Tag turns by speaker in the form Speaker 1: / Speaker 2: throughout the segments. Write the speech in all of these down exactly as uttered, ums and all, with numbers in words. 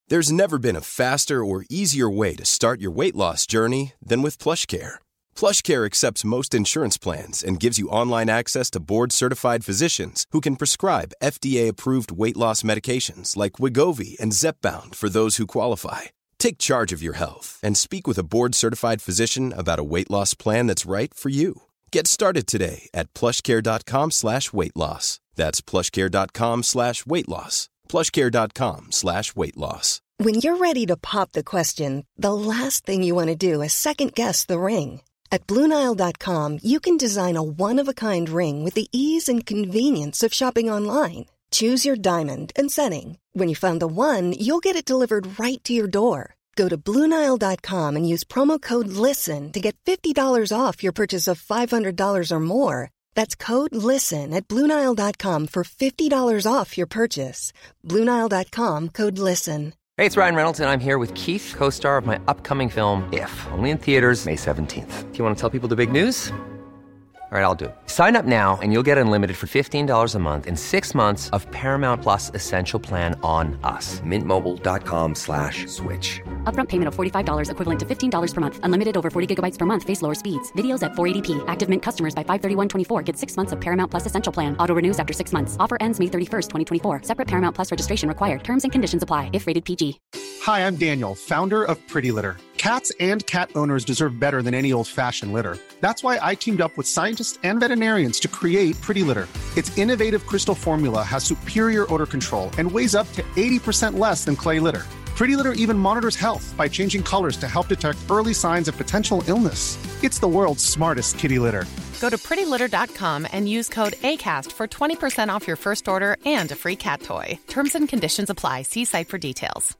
Speaker 1: There's never been a faster or easier way to start your weight loss journey than with PlushCare. PlushCare accepts most insurance plans and gives you online access to board-certified physicians who can prescribe F D A-approved weight loss medications like Wegovy and Zepbound for those who qualify. Take charge of your health and speak with a board-certified physician about a weight loss plan that's right for you. Get started today at plushcare.com slash weight loss. That's plushcare.com slash weight loss. plushcare.com slash weight loss.
Speaker 2: When you're ready to pop the question, the last thing you want to do is second-guess the ring. At Blue Nile dot com, you can design a one-of-a-kind ring with the ease and convenience of shopping online. Choose your diamond and setting. When you find the one, you'll get it delivered right to your door. Go to Blue Nile dot com and use promo code LISTEN to get fifty dollars off your purchase of five hundred dollars or more. That's code LISTEN at Blue Nile dot com for fifty dollars off your purchase. Blue Nile dot com, code LISTEN.
Speaker 3: Hey, it's Ryan Reynolds, and I'm here with Keith, co-star of my upcoming film, If, only in theaters May seventeenth. Do you want to tell people the big news? All right, I'll do it. Sign up now and you'll get unlimited for fifteen dollars a month and six months of Paramount Plus Essential Plan on us. Mint Mobile dot com slash switch.
Speaker 4: Upfront payment of forty-five dollars equivalent to fifteen dollars per month. Unlimited over forty gigabytes per month. Face lower speeds. Videos at four eighty p. Active Mint customers by five thirty-one twenty-four get six months of Paramount Plus Essential Plan. Auto renews after six months. Offer ends May thirty-first, twenty twenty-four. Separate Paramount Plus registration required. Terms and conditions apply if rated P G.
Speaker 5: Hi, I'm Daniel, founder of Pretty Litter. Cats and cat owners deserve better than any old-fashioned litter. That's why I teamed up with scientists and veterinarians to create Pretty Litter. Its innovative crystal formula has superior odor control and weighs up to eighty percent less than clay litter. Pretty Litter even monitors health by changing colors to help detect early signs of potential illness. It's the world's smartest kitty litter.
Speaker 6: Go to pretty litter dot com and use code ACAST for twenty percent off your first order and a free cat toy. Terms and conditions apply. See site for details.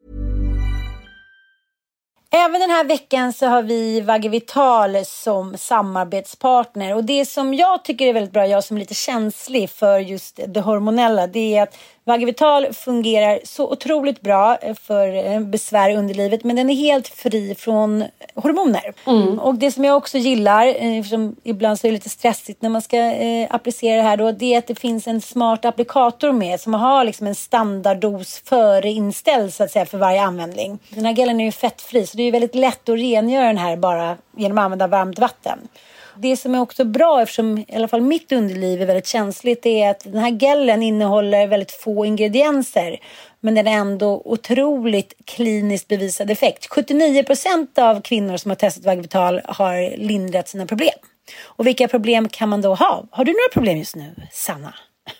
Speaker 7: Även den här veckan så har vi Vaggevital som samarbetspartner. Och det som jag tycker är väldigt bra, jag som är lite känslig för just det hormonella, det är att Vaggevital fungerar så otroligt bra för besvär i underlivet, men den är helt fri från hormoner. Mm. Och det som jag också gillar, eftersom ibland så är det lite stressigt när man ska eh, applicera det här då, det är att det finns en smart applikator med som har liksom en standarddos förinställd så att säga för varje användning. Den här gelen är ju fettfri, så det är väldigt lätt att rengöra den här bara genom att använda varmt vatten. Det som är också bra, eftersom i alla fall mitt underliv är väldigt känsligt, är att den här gelen innehåller väldigt få ingredienser. Men den är ändå otroligt kliniskt bevisad effekt. sjuttionio procent av kvinnor som har testat Vaggevital har lindrat sina problem. Och vilka problem kan man då ha? Har du några problem just nu, Sanna?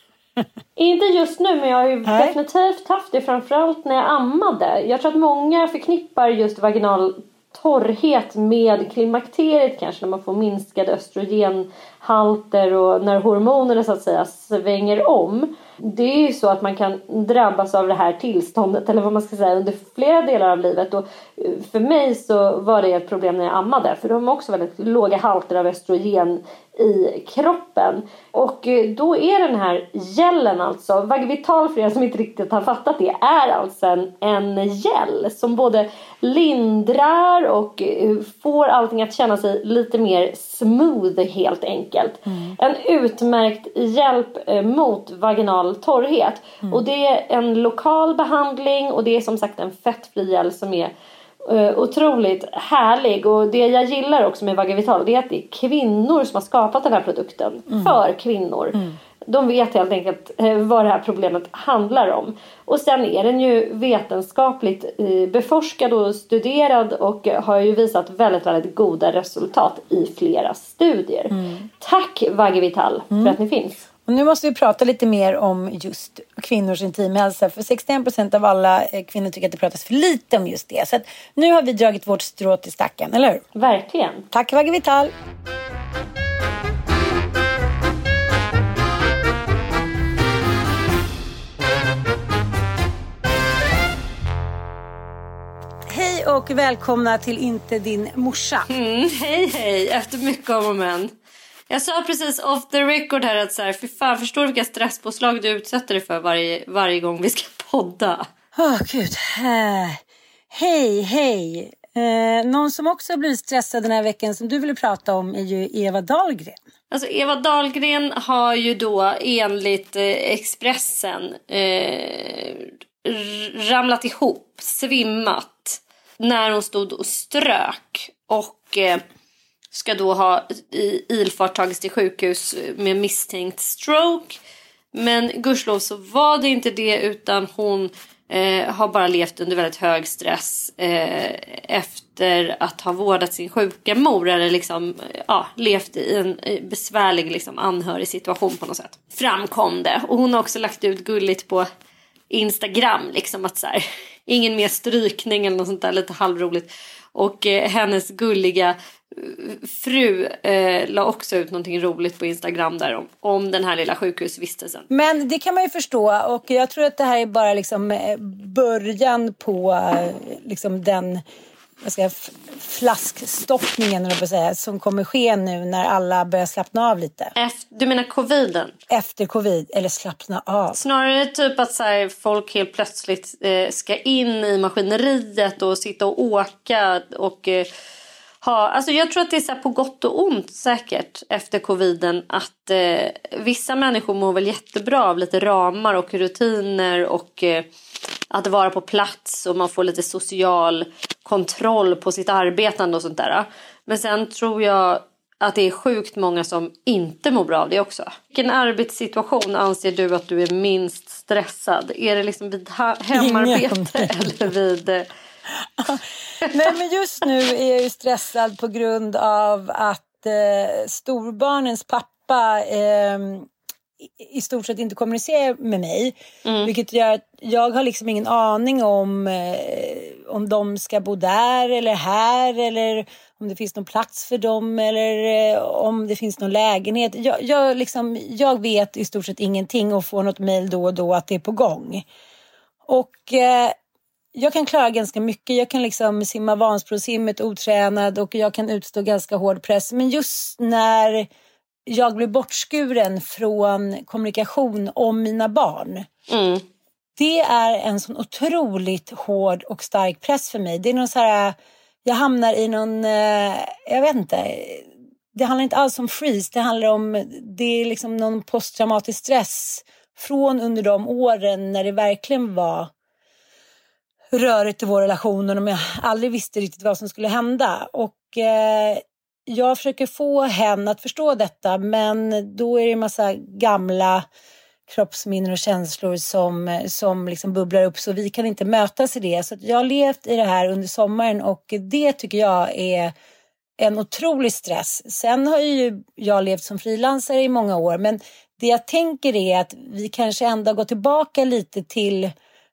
Speaker 8: Inte just nu, men jag har ju Nej. definitivt haft det, framförallt när jag ammade. Jag tror att många förknippar just vaginal torrhet med klimakteriet, kanske när man får minskade östrogenhalter och när hormonerna så att säga svänger om. Det är ju så att man kan drabbas av det här tillståndet, eller vad man ska säga, under flera delar av livet. Och för mig så var det ett problem när jag ammade, för de har också väldigt låga halter av östrogen i kroppen. Och då är den här gelen, alltså Vaggevital, för er som inte riktigt har fattat det, är alltså en, en gel som både lindrar och får allting att känna sig lite mer smooth, helt enkelt. Mm. En utmärkt hjälp mot vaginal torrhet. Mm. Och det är en lokal behandling, och det är som sagt en fettfri gel som är Uh, otroligt härlig. Och det jag gillar också med Vaggevital, det är att det är kvinnor som har skapat den här produkten mm. för kvinnor. Mm. De vet helt enkelt uh, vad det här problemet handlar om. Och sen är den ju vetenskapligt uh, beforskad och studerad och uh, har ju visat väldigt, väldigt goda resultat i flera studier. Mm. Tack Vaggevital mm. för att ni finns.
Speaker 7: Och nu måste vi prata lite mer om just kvinnors intimhälsa. För sextioen procent av alla kvinnor tycker att det pratas för lite om just det. Så att nu har vi dragit vårt strå till stacken, eller hur?
Speaker 8: Verkligen.
Speaker 7: Tack Vaggevital. Hej och välkomna till Inte din morsa.
Speaker 8: Mm, hej hej, efter mycket om och men. Jag sa precis off the record här att så här, för fan, förstår du vilka stresspåslag du utsätter dig för varje, varje gång vi ska podda?
Speaker 7: Åh oh, gud. Uh, hej, hej. Uh, någon som också har blivit stressad den här veckan som du ville prata om är ju Eva Dahlgren.
Speaker 8: Alltså Eva Dahlgren har ju då enligt eh, Expressen eh, r- ramlat ihop, svimmat när hon stod och strök och eh, ska då ha i ilfart tagits till sjukhus med misstänkt stroke. Men gudskelov så var det inte det, utan hon eh, har bara levt under väldigt hög stress eh, efter att ha vårdat sin sjuka mor, eller liksom ja, levt i en besvärlig liksom, anhörig situation på något sätt. Framkom det. Och hon har också lagt ut gulligt på Instagram liksom att så här, ingen mer strykning eller något sånt där, lite halvroligt. Och eh, hennes gulliga fru eh, la också ut någonting roligt på Instagram där om, om den här lilla sjukhusvistelsen.
Speaker 7: Men det kan man ju förstå, och jag tror att det här är bara liksom början på liksom den vad ska jag, flaskstoppningen eller vad säga, som kommer ske nu när alla börjar slappna av lite.
Speaker 8: Efter, du menar coviden?
Speaker 7: Efter covid, eller slappna av.
Speaker 8: Snarare typ att så här, folk helt plötsligt eh, ska in i maskineriet och sitta och åka och eh, ha, alltså jag tror att det är så här på gott och ont säkert efter coviden att eh, vissa människor mår väl jättebra av lite ramar och rutiner och eh, att vara på plats, och man får lite social kontroll på sitt arbetande och sånt där. Men sen tror jag att det är sjukt många som inte mår bra av det också. Vilken arbetssituation anser du att du är minst stressad? Är det liksom vid ha- hemarbete eller vid... Eh...
Speaker 7: Nej, men just nu är jag ju stressad på grund av att eh, storbarnens pappa eh, i stort sett inte kommunicerar med mig. Mm. Vilket gör att jag har liksom ingen aning om eh, om de ska bo där eller här, eller om det finns någon plats för dem, eller eh, om det finns någon lägenhet. Jag, jag, liksom, jag vet i stort sett ingenting och får något mejl då och då att det är på gång. Och eh, jag kan klara ganska mycket. Jag kan liksom simma Vansbrosimmet otränad och jag kan utstå ganska hård press. Men just när jag blir bortskuren från kommunikation om mina barn. Mm. Det är en sån otroligt hård och stark press för mig. Det är någon så här, jag hamnar i någon, jag vet inte, det handlar inte alls om freeze. Det handlar om, det är liksom någon posttraumatisk stress från under de åren när det verkligen var rörigt i vår relation och jag aldrig visste riktigt vad som skulle hända. Och eh, jag försöker få henne att förstå detta, men då är det en massa gamla kroppsminnen och känslor som, som liksom bubblar upp, så vi kan inte mötas i det. Så att jag har levt i det här under sommaren och det tycker jag är en otrolig stress. Sen har ju jag levt som frilansare i många år, men det jag tänker är att vi kanske ändå går tillbaka lite till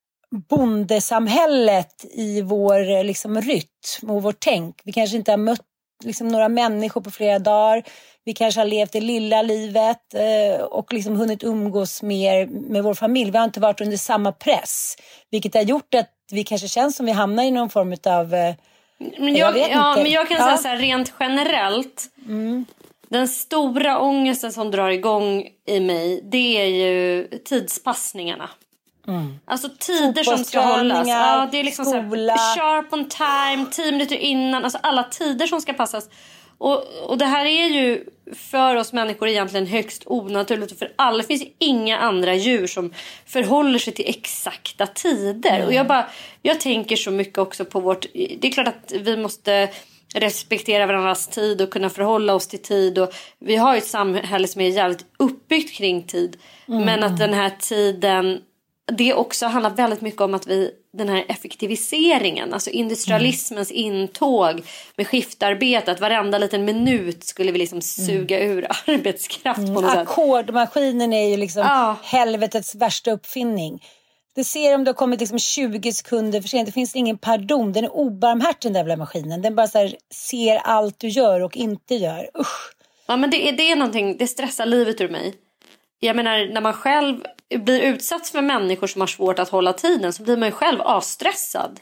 Speaker 7: bondesamhället i vår liksom rytm och vårt tänk. Vi kanske inte har mött liksom några människor på flera dagar. Vi kanske har levt det lilla livet eh, och liksom hunnit umgås mer med vår familj. Vi har inte varit under samma press, vilket har gjort att vi kanske känns som vi hamnar i någon form av eh,
Speaker 8: men jag, jag ja, men jag kan ja. säga så här rent generellt. Mm. Den stora ångesten som drar igång i mig, det är ju tidspassningarna. Mm. Alltså tider som ska hållas. Ja, det är liksom skola. Så här, sharp on time, tio minuter innan. Alltså alla tider som ska passas. Och, och det här är ju för oss människor egentligen högst onaturligt. För alla finns inga andra djur som förhåller sig till exakta tider. Mm. Och jag bara, jag tänker så mycket också på vårt... Det är klart att vi måste respektera varandras tid och kunna förhålla oss till tid. Och vi har ju ett samhälle som är jävligt uppbyggt kring tid. Mm. Men att den här tiden... Det också handlar väldigt mycket om att vi, den här effektiviseringen, alltså industrialismens mm. intåg med skiftarbete, att varenda liten minut skulle vi liksom suga mm. ur arbetskraft på något mm. sätt.
Speaker 7: Ackordmaskinen är ju liksom ah. helvetets värsta uppfinning. Du ser om det har kommit liksom tjugo sekunder för sent, det finns ingen pardon, den är obarmhärtig den där jävla maskinen. Den bara så här, ser allt du gör och inte gör. Usch.
Speaker 8: Ja, men det är, det är någonting, det stressar livet ur mig. Jag menar, när man själv blir utsatt för människor som har svårt att hålla tiden, så blir man ju själv avstressad.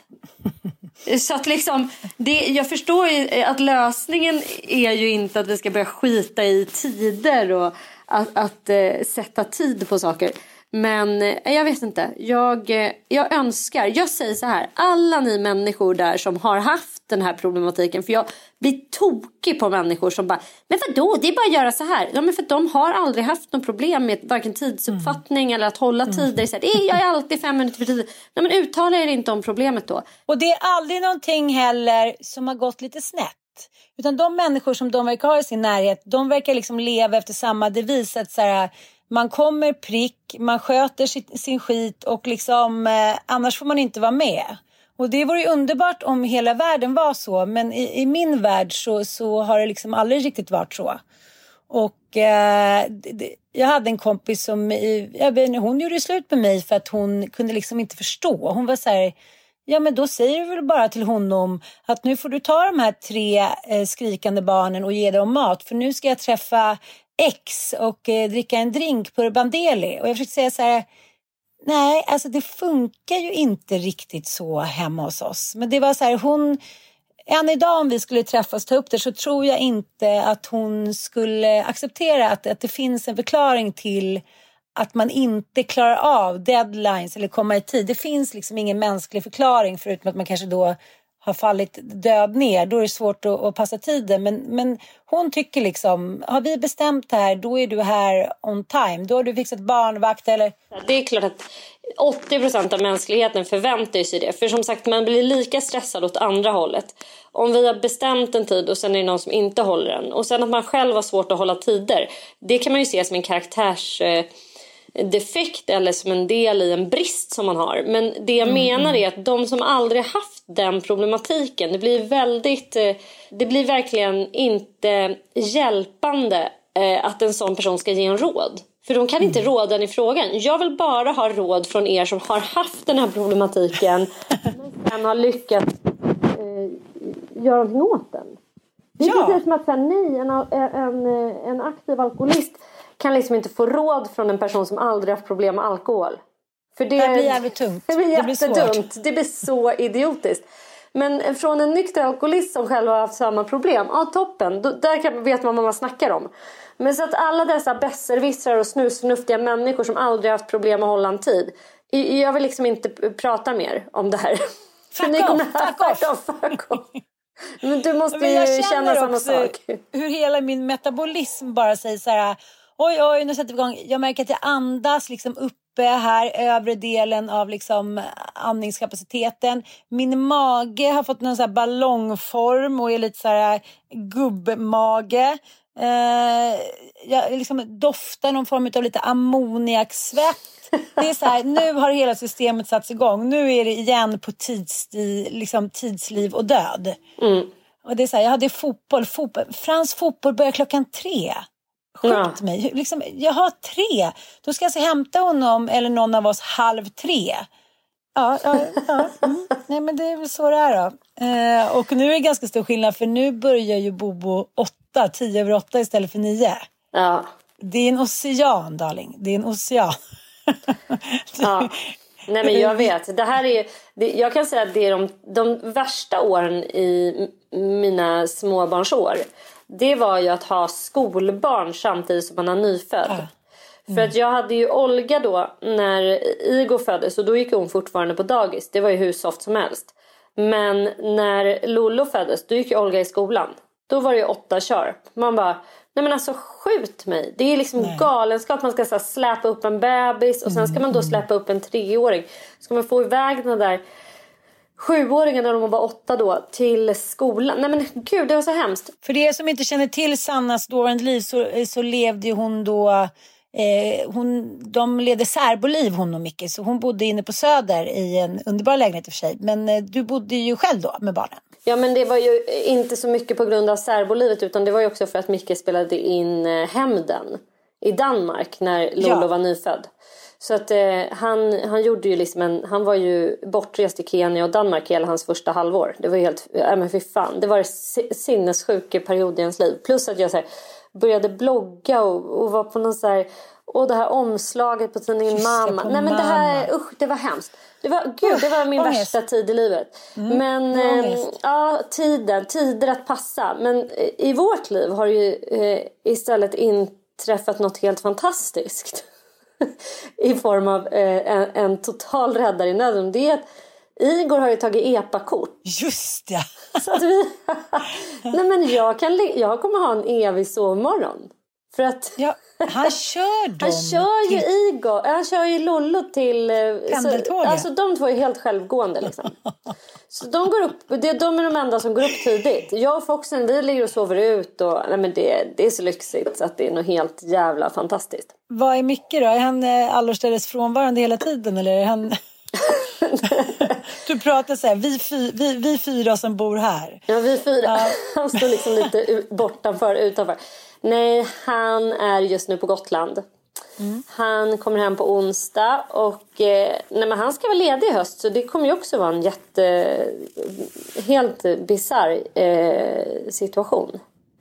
Speaker 8: Så att liksom, det, jag förstår ju att lösningen är ju inte att vi ska börja skita i tider och att, att äh, sätta tid på saker. Men eh, jag vet inte. Jag, eh, jag önskar, jag säger så här. Alla ni människor där som har haft den här problematiken. För jag blir tokig på människor som bara, men vadå, det är bara att göra så här. Ja, men för de har aldrig haft något problem med varken tidsuppfattning mm. eller att hålla mm. tider. Så här, jag är alltid fem minuter för tidigt. Nej, men uttala er inte om problemet då.
Speaker 7: Och det är aldrig någonting heller som har gått lite snett. Utan de människor som de verkar ha i sin närhet, de verkar liksom leva efter samma devis. Att så här, man kommer prick, man sköter sin, sin skit och liksom, eh, annars får man inte vara med. Och det vore ju underbart om hela världen var så. Men i, i min värld så, så har det liksom aldrig riktigt varit så. Och eh, det, jag hade en kompis som, jag vet, hon gjorde slut med mig för att hon kunde liksom inte förstå. Hon var så här, ja men då säger du väl bara till honom att nu får du ta de här tre eh, skrikande barnen och ge dem mat. För nu ska jag träffa X och eh, dricka en drink på Bandeli. Och jag försökte säga så här, nej, alltså det funkar ju inte riktigt så hemma hos oss. Men det var så här, hon, än idag om vi skulle träffas och ta upp det så tror jag inte att hon skulle acceptera att, att det finns en förklaring till att man inte klarar av deadlines eller komma i tid. Det finns liksom ingen mänsklig förklaring förutom att man kanske då har fallit död ner. Då är det svårt att, att passa tiden. Men, men hon tycker liksom, har vi bestämt det här, då är du här on time. Då har du fixat barnvakt eller...
Speaker 8: Det är klart att åttio procent av mänskligheten förväntar sig det. För som sagt, man blir lika stressad åt andra hållet. Om vi har bestämt en tid och sen är det någon som inte håller den. Och sen att man själv har svårt att hålla tider. Det kan man ju se som en karaktärs... defekt eller som en del i en brist som man har. Men det jag mm. menar är att de som aldrig haft den problematiken, det blir väldigt, det blir verkligen inte hjälpande att en sån person ska ge en råd. För de kan inte mm. råda i frågan. Jag vill bara ha råd från er som har haft den här problematiken men sen har lyckats eh, göra någonting åt den. Det är ja. precis som att säga, nej, en, en, en aktiv alkoholist kan liksom inte få råd från en person som aldrig haft problem med alkohol. För det,
Speaker 7: det blir jävligt tungt.
Speaker 8: Det blir jättedumt. Det blir så idiotiskt. Men från en nykter alkoholist som själv har haft samma problem, ja toppen, då, där kan, vet man vad man snackar om. Men så att alla dessa besserwissrar och snusförnuftiga människor som aldrig haft problem att hålla en tid, jag vill liksom inte prata mer om det här.
Speaker 7: Fuck off, kommer, fuck, fuck off,
Speaker 8: fuck off. Men du måste men ju känna samma sak.
Speaker 7: Hur hela min metabolism bara säger så här, oj oj, nu sätter vi igång. Jag märker att jag andas liksom uppe här, övre delen av liksom andningskapaciteten. Min mage har fått någon så här ballongform och är lite så här gubbmage. Eh, jag liksom doftar någon form av lite ammoniaksvett. Det är så här, nu har hela systemet satts igång. Nu är det igen på tids, liksom tidsliv och död. Mm. Och det är så här, jag hade fotboll, fotboll. Fransk fotboll börjar klockan tre. Skjut ja. mig. Liksom, jag har tre. Då ska jag alltså hämta honom eller någon av oss halv tre. Ja, ja, ja. Mm. Nej, men det är väl så det är då. Eh, och nu är det ganska stor skillnad för nu börjar ju Bobo åtta, tio över åtta istället för nio.
Speaker 8: Ja.
Speaker 7: Det är en ocean, darling. Det är en ocean.
Speaker 8: Ja. Nej, men jag vet. Det här är, det, jag kan säga att det är de, de värsta åren i mina småbarnsår. Det var ju att ha skolbarn samtidigt som man har nyfödd. Ja. Mm. För att jag hade ju Olga då när Igor föddes. Och då gick hon fortfarande på dagis. Det var ju hur soft som helst. Men när Lollo föddes, då gick ju Olga i skolan. Då var det ju åtta kör. Man bara, nej men alltså skjut mig. Det är liksom nej. galenskap. Man ska så här, släpa upp en bebis. Och sen ska man då släppa upp en treåring. Ska man få iväg den där sjuåringen när de var åtta då till skolan. Nej men gud, det var så hemskt.
Speaker 7: För er som inte känner till Sannas dåvarande liv så, så levde ju hon då eh, hon, de levde särboliv hon och Micke. Så hon bodde inne på Söder i en underbar lägenhet för sig. Men eh, du bodde ju själv då med barnen.
Speaker 8: Ja, men det var ju inte så mycket på grund av särbolivet, utan det var ju också för att Micke spelade in eh, Hämnden i Danmark när Lollo ja. var nyfödd. Så att eh, han, han gjorde ju liksom en, han var ju bortrest i Kenya och Danmark hela hans första halvår. Det var ju helt, ja men fy fan. Det var en sinnessjuka period i ens liv. Plus att jag så här, började blogga och, och var på någon så här, och det här omslaget på tidningen Mamma. Nej men det här, usch, det var hemskt. Det var, gud, det var min oh, värsta yes. tid i livet. Mm. Men eh, ja, tiden, tider att passa. Men i vårt liv har ju eh, istället inträffat något helt fantastiskt. i form av eh, en, en total räddare i nöden. Det är att Igor har ju tagit E P A-kort.
Speaker 7: Just det.
Speaker 8: Så att vi... Nej, men jag, kan, jag kommer ha en evig sovmorgon. För att...
Speaker 7: Ja, han kör dem.
Speaker 8: Han kör ju
Speaker 7: till...
Speaker 8: Igor. Han kör ju Lollo till...
Speaker 7: Pendeltåget.
Speaker 8: Alltså de två är helt självgående liksom. Så de går upp... Det, de är de enda som går upp tidigt. Jag och Foxen, vi ligger och sover ut. Och, nej, men det, det är så lyxigt så att det är något helt jävla fantastiskt.
Speaker 7: Vad är mycket då? Är han eh, allorstädes frånvarande hela tiden? Eller är han... Du pratar så här, vi, fy, vi, vi fyra som bor här.
Speaker 8: Ja, vi fyra.
Speaker 7: Ja.
Speaker 8: Han står liksom lite bortanför, utanför. Nej, han är just nu på Gotland. Mm. Han kommer hem på onsdag. Och eh, nej, men han ska vara ledig i höst. Så det kommer ju också vara en jätte... Helt bizarr eh, situation.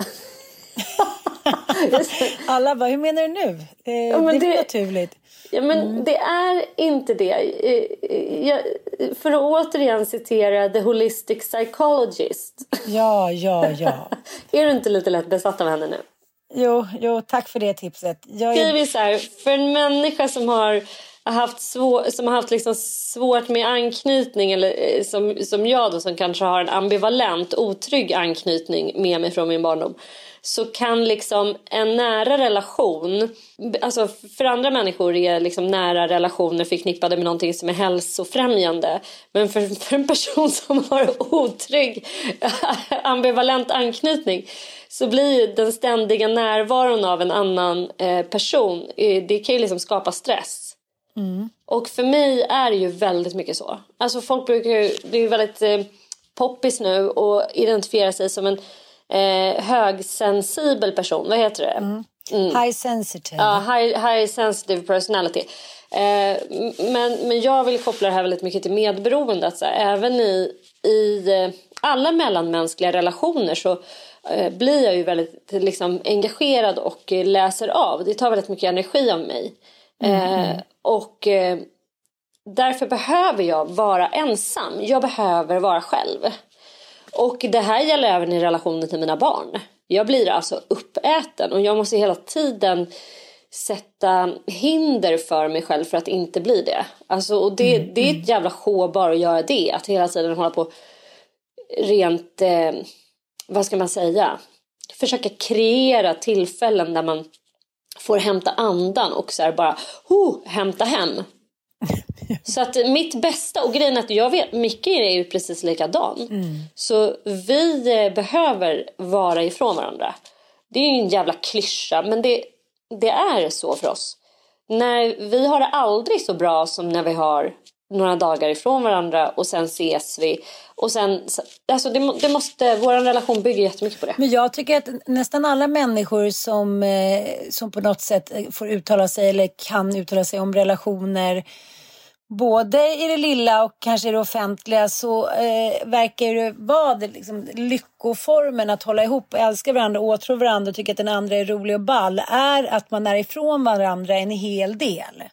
Speaker 7: Alla bara, hur menar du nu? Eh,
Speaker 8: ja, men
Speaker 7: det är
Speaker 8: det...
Speaker 7: naturligt.
Speaker 8: Ja, men mm. det är inte det. Jag, för att återigen citera The Holistic Psychologist.
Speaker 7: Ja, ja, ja.
Speaker 8: Är du inte lite lätt besatt av henne nu?
Speaker 7: Jo, jo, tack för det tipset. Jag är...
Speaker 8: är så här, för en människa som har haft, svår, som har haft liksom svårt med anknytning, eller som, som jag då, som kanske har en ambivalent, otrygg anknytning med mig från min barndom, så kan liksom en nära relation, alltså för andra människor är liksom nära relationer förknippade med någonting som är hälsofrämjande, men för, för en person som har otrygg ambivalent anknytning så blir den ständiga närvaron av en annan eh, person, det kan ju liksom skapa stress. Mm. Och för mig är det ju väldigt mycket så. Alltså folk brukar ju, det är ju väldigt eh, poppis nu och identifiera sig som en eh, högsensibel person. Vad heter det? Mm.
Speaker 7: Mm. High sensitive.
Speaker 8: Ja, high, high sensitive personality. Eh, men, men jag vill koppla det här väldigt mycket till medberoende. Att så här, även i, i eh, alla mellanmänskliga relationer så eh, blir jag ju väldigt liksom, engagerad och eh, läser av. Det tar väldigt mycket energi av mig. Mm. Eh, och eh, därför behöver jag vara ensam. Jag behöver vara själv. Och det här gäller även i relationen till mina barn. Jag blir alltså uppäten och jag måste hela tiden sätta hinder för mig själv för att inte bli det. Alltså, och det, mm. det är ett jävla sjå bara att göra det. Att hela tiden hålla på rent, eh, vad ska man säga, försöka kreera tillfällen där man får hämta andan och så här bara oh, hämta hem. Så att mitt bästa, och grejen är att jag vet, Micke är ju precis likadan. Mm. Så vi behöver vara ifrån varandra. Det är ju en jävla klyscha, men det, det är så för oss. När vi har det aldrig så bra som när vi har några dagar ifrån varandra och sen ses vi. Och sen, alltså det, det måste, vår relation bygger jättemycket på det.
Speaker 7: Men jag tycker att nästan alla människor som, som på något sätt får uttala sig eller kan uttala sig om relationer, både i det lilla och kanske i det offentliga, så eh, verkar det vara det, liksom, lyckoformen att hålla ihop, älska varandra, åtrå varandra och tycka att den andra är rolig och ball, är att man är ifrån varandra en hel del.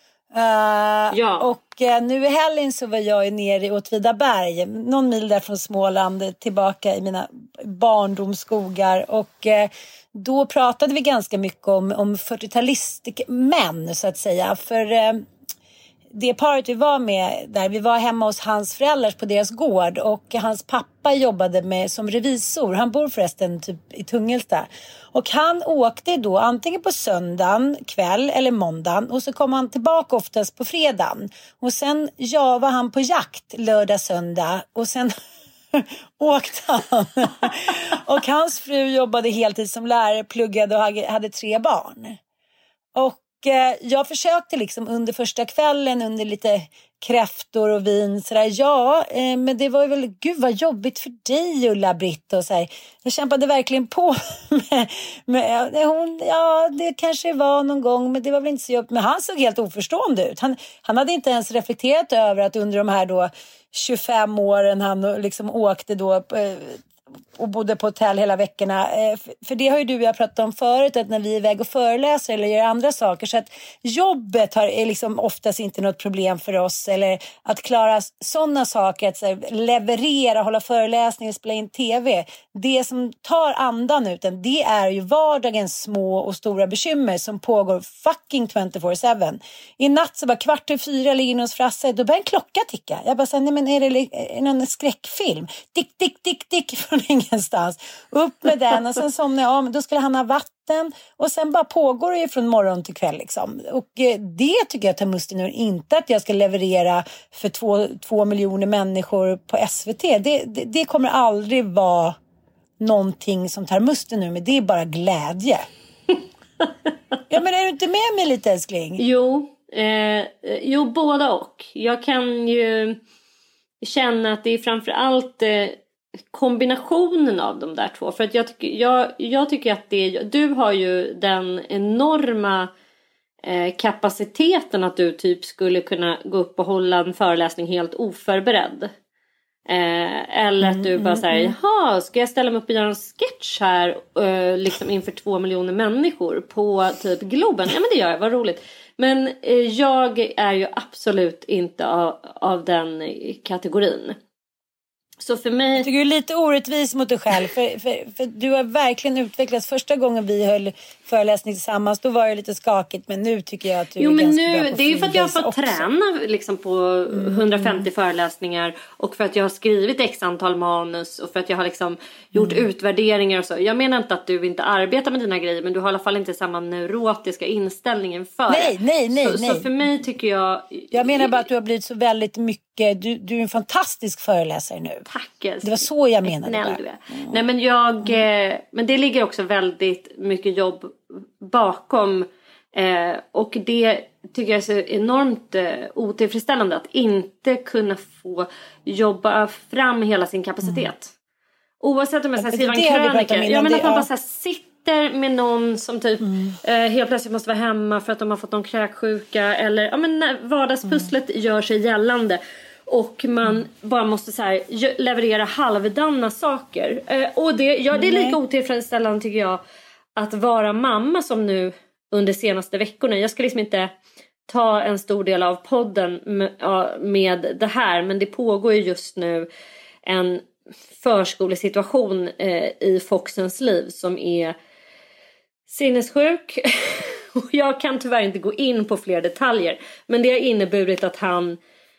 Speaker 7: Uh, ja. Och uh, nu i helgen så var jag nere i Åtvidaberg, någon mil där från Småland, tillbaka i mina barndomsskogar, och uh, då pratade vi ganska mycket om, om fyrtiotalistmän så att säga, för uh, det paret vi var med där, vi var hemma hos hans föräldrar på deras gård, och hans pappa jobbade med, som revisor. Han bor förresten typ i Tungelsta. Och han åkte då antingen på söndagen kväll eller måndagen, och så kom han tillbaka oftast på fredagen. Och sen ja, var han på jakt lördag, söndag, och sen åkte han. Och hans fru jobbade heltid som lärare, pluggade och hade tre barn. Och jag försökte liksom under första kvällen, under lite kräftor och vin sådär, ja, men det var väl, gud vad jobbigt för dig, Ulla-Britt, och så här. Jag kämpade verkligen på med, med hon, ja, det kanske var någon gång, men det var väl inte så jobbigt. Men han såg helt oförstående ut. Han, han hade inte ens reflekterat över att under de här då tjugofem åren han liksom åkte då och bodde på hotell hela veckorna. För det har ju du och jag pratat om förut, att när vi är iväg och föreläser eller gör andra saker, så att jobbet har, är liksom oftast inte något problem för oss, eller att klara sådana saker, att så här, leverera, hålla föreläsningar, spela in tv. Det som tar andan ut den, det är ju vardagens små och stora bekymmer som pågår fucking tjugofyra sju. I natt så bara kvart över fyra ligger hos Frasse, då börjar en klocka ticka. Jag bara, nej men är det, är det någon skräckfilm? Tick, tick, tick, tick från ingenstans. Upp med den och sen somnar jag om. Då skulle han ha vatten och sen bara pågår det ju från morgon till kväll liksom. Och eh, det tycker jag tar musten ur. Inte att jag ska leverera för två, två miljoner människor på S V T. Det, det, det kommer aldrig vara någonting som tar musten ur, men det är bara glädje. Ja, men är du inte med mig lite, älskling?
Speaker 8: Jo, eh, jo båda och. Jag kan ju känna att det är framförallt eh, kombinationen av de där två. För att jag, tycker, jag, jag tycker att det, du har ju den enorma eh, kapaciteten att du typ skulle kunna gå upp och hålla en föreläsning helt oförberedd. Eh, eller att du bara säger, jaha, ska jag ställa mig upp och göra en sketch här eh, liksom inför två miljoner människor på typ Globen? Ja, men det gör jag, vad roligt. Men eh, jag är ju absolut inte av, av den kategorin. Så för mig...
Speaker 7: Jag tycker du är lite orättvis mot dig själv. För, för, för du har verkligen utvecklats. Första gången vi höll föreläsning tillsammans, då var det lite skakigt. Men nu tycker jag att du
Speaker 8: jo,
Speaker 7: är
Speaker 8: men
Speaker 7: ganska
Speaker 8: nu,
Speaker 7: bra på
Speaker 8: det är ju för att jag har fått
Speaker 7: också.
Speaker 8: träna liksom, på mm. hundrafemtio föreläsningar. Och för att jag har skrivit x antal manus. Och för att jag har liksom gjort mm. utvärderingar och så. Jag menar inte att du inte arbetar med dina grejer. Men du har i alla fall inte samma neurotiska inställningen för
Speaker 7: nej, nej, nej,
Speaker 8: så,
Speaker 7: nej.
Speaker 8: så för mig tycker jag...
Speaker 7: Jag menar bara att du har blivit så väldigt mycket... Du, du är en fantastisk föreläsare nu.
Speaker 8: Tack.
Speaker 7: Det var så jag menade.
Speaker 8: Snäll du är. Mm. Nej, men jag... Mm. Men det ligger också väldigt mycket jobb bakom. Eh, och det tycker jag är så enormt eh, otillfredsställande. Att inte kunna få jobba fram hela sin kapacitet. Mm. Oavsett om jag ska skriva en krönika. Jag menar att man bara så här, sitter med någon som typ mm. eh, helt plötsligt måste vara hemma för att de har fått någon kräksjuka. Eller ja, men vardagspusslet mm. gör sig gällande. Och man mm. bara måste så här, leverera halvdana saker. Eh, och det, ja, det är lika otillfredsställande tycker jag. Att vara mamma som nu under senaste veckorna. Jag ska liksom inte ta en stor del av podden med, med det här. Men det pågår ju just nu en förskolesituation eh, i Foxens liv som är sinnessjuk. Och jag kan tyvärr inte gå in på fler detaljer. Men det har inneburit att han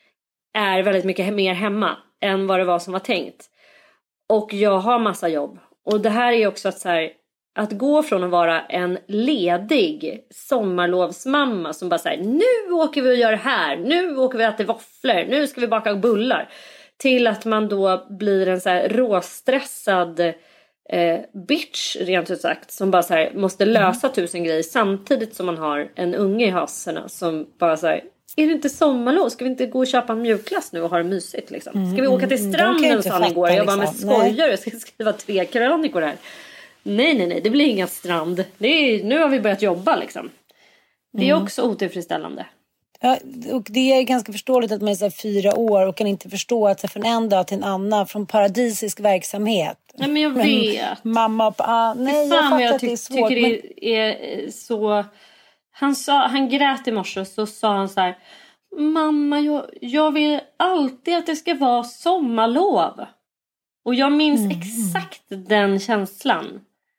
Speaker 8: är väldigt mycket mer hemma än vad det var som var tänkt. Och jag har massa jobb. Och det här är också att så här, att gå från att vara en ledig sommarlovsmamma som bara säger nu åker vi och gör det här. Nu åker vi och äter våfflor. Nu ska vi baka bullar. Till att man då blir en så här råstressad eh, bitch rent ut sagt. Som bara så här, måste lösa tusen grejer samtidigt som man har en unge i haserna som bara så här, är det inte sommarlov? Ska vi inte gå och köpa en mjukglass nu och ha det mysigt liksom? Ska vi åka till stranden sa han igår? Jag bara, men skojar, jag ska skriva tre krönikor här. Nej, nej, nej, det blir inga strand. Det är, nu har vi börjat jobba liksom. Det är mm. också otillfredsställande.
Speaker 7: Ja, och det är ganska förståeligt att man är så här fyra år och kan inte förstå att från en dag till en annan från paradisisk verksamhet.
Speaker 8: Nej, men jag vet.
Speaker 7: Men, mamma och ah, nej,
Speaker 8: fan,
Speaker 7: jag fattar
Speaker 8: jag
Speaker 7: att
Speaker 8: ty-
Speaker 7: det är svårt.
Speaker 8: tycker men... det är så... Han, sa, han grät i morse och så sa han så här: mamma, jag, jag vill alltid att det ska vara sommarlov. Och jag minns mm. exakt den känslan.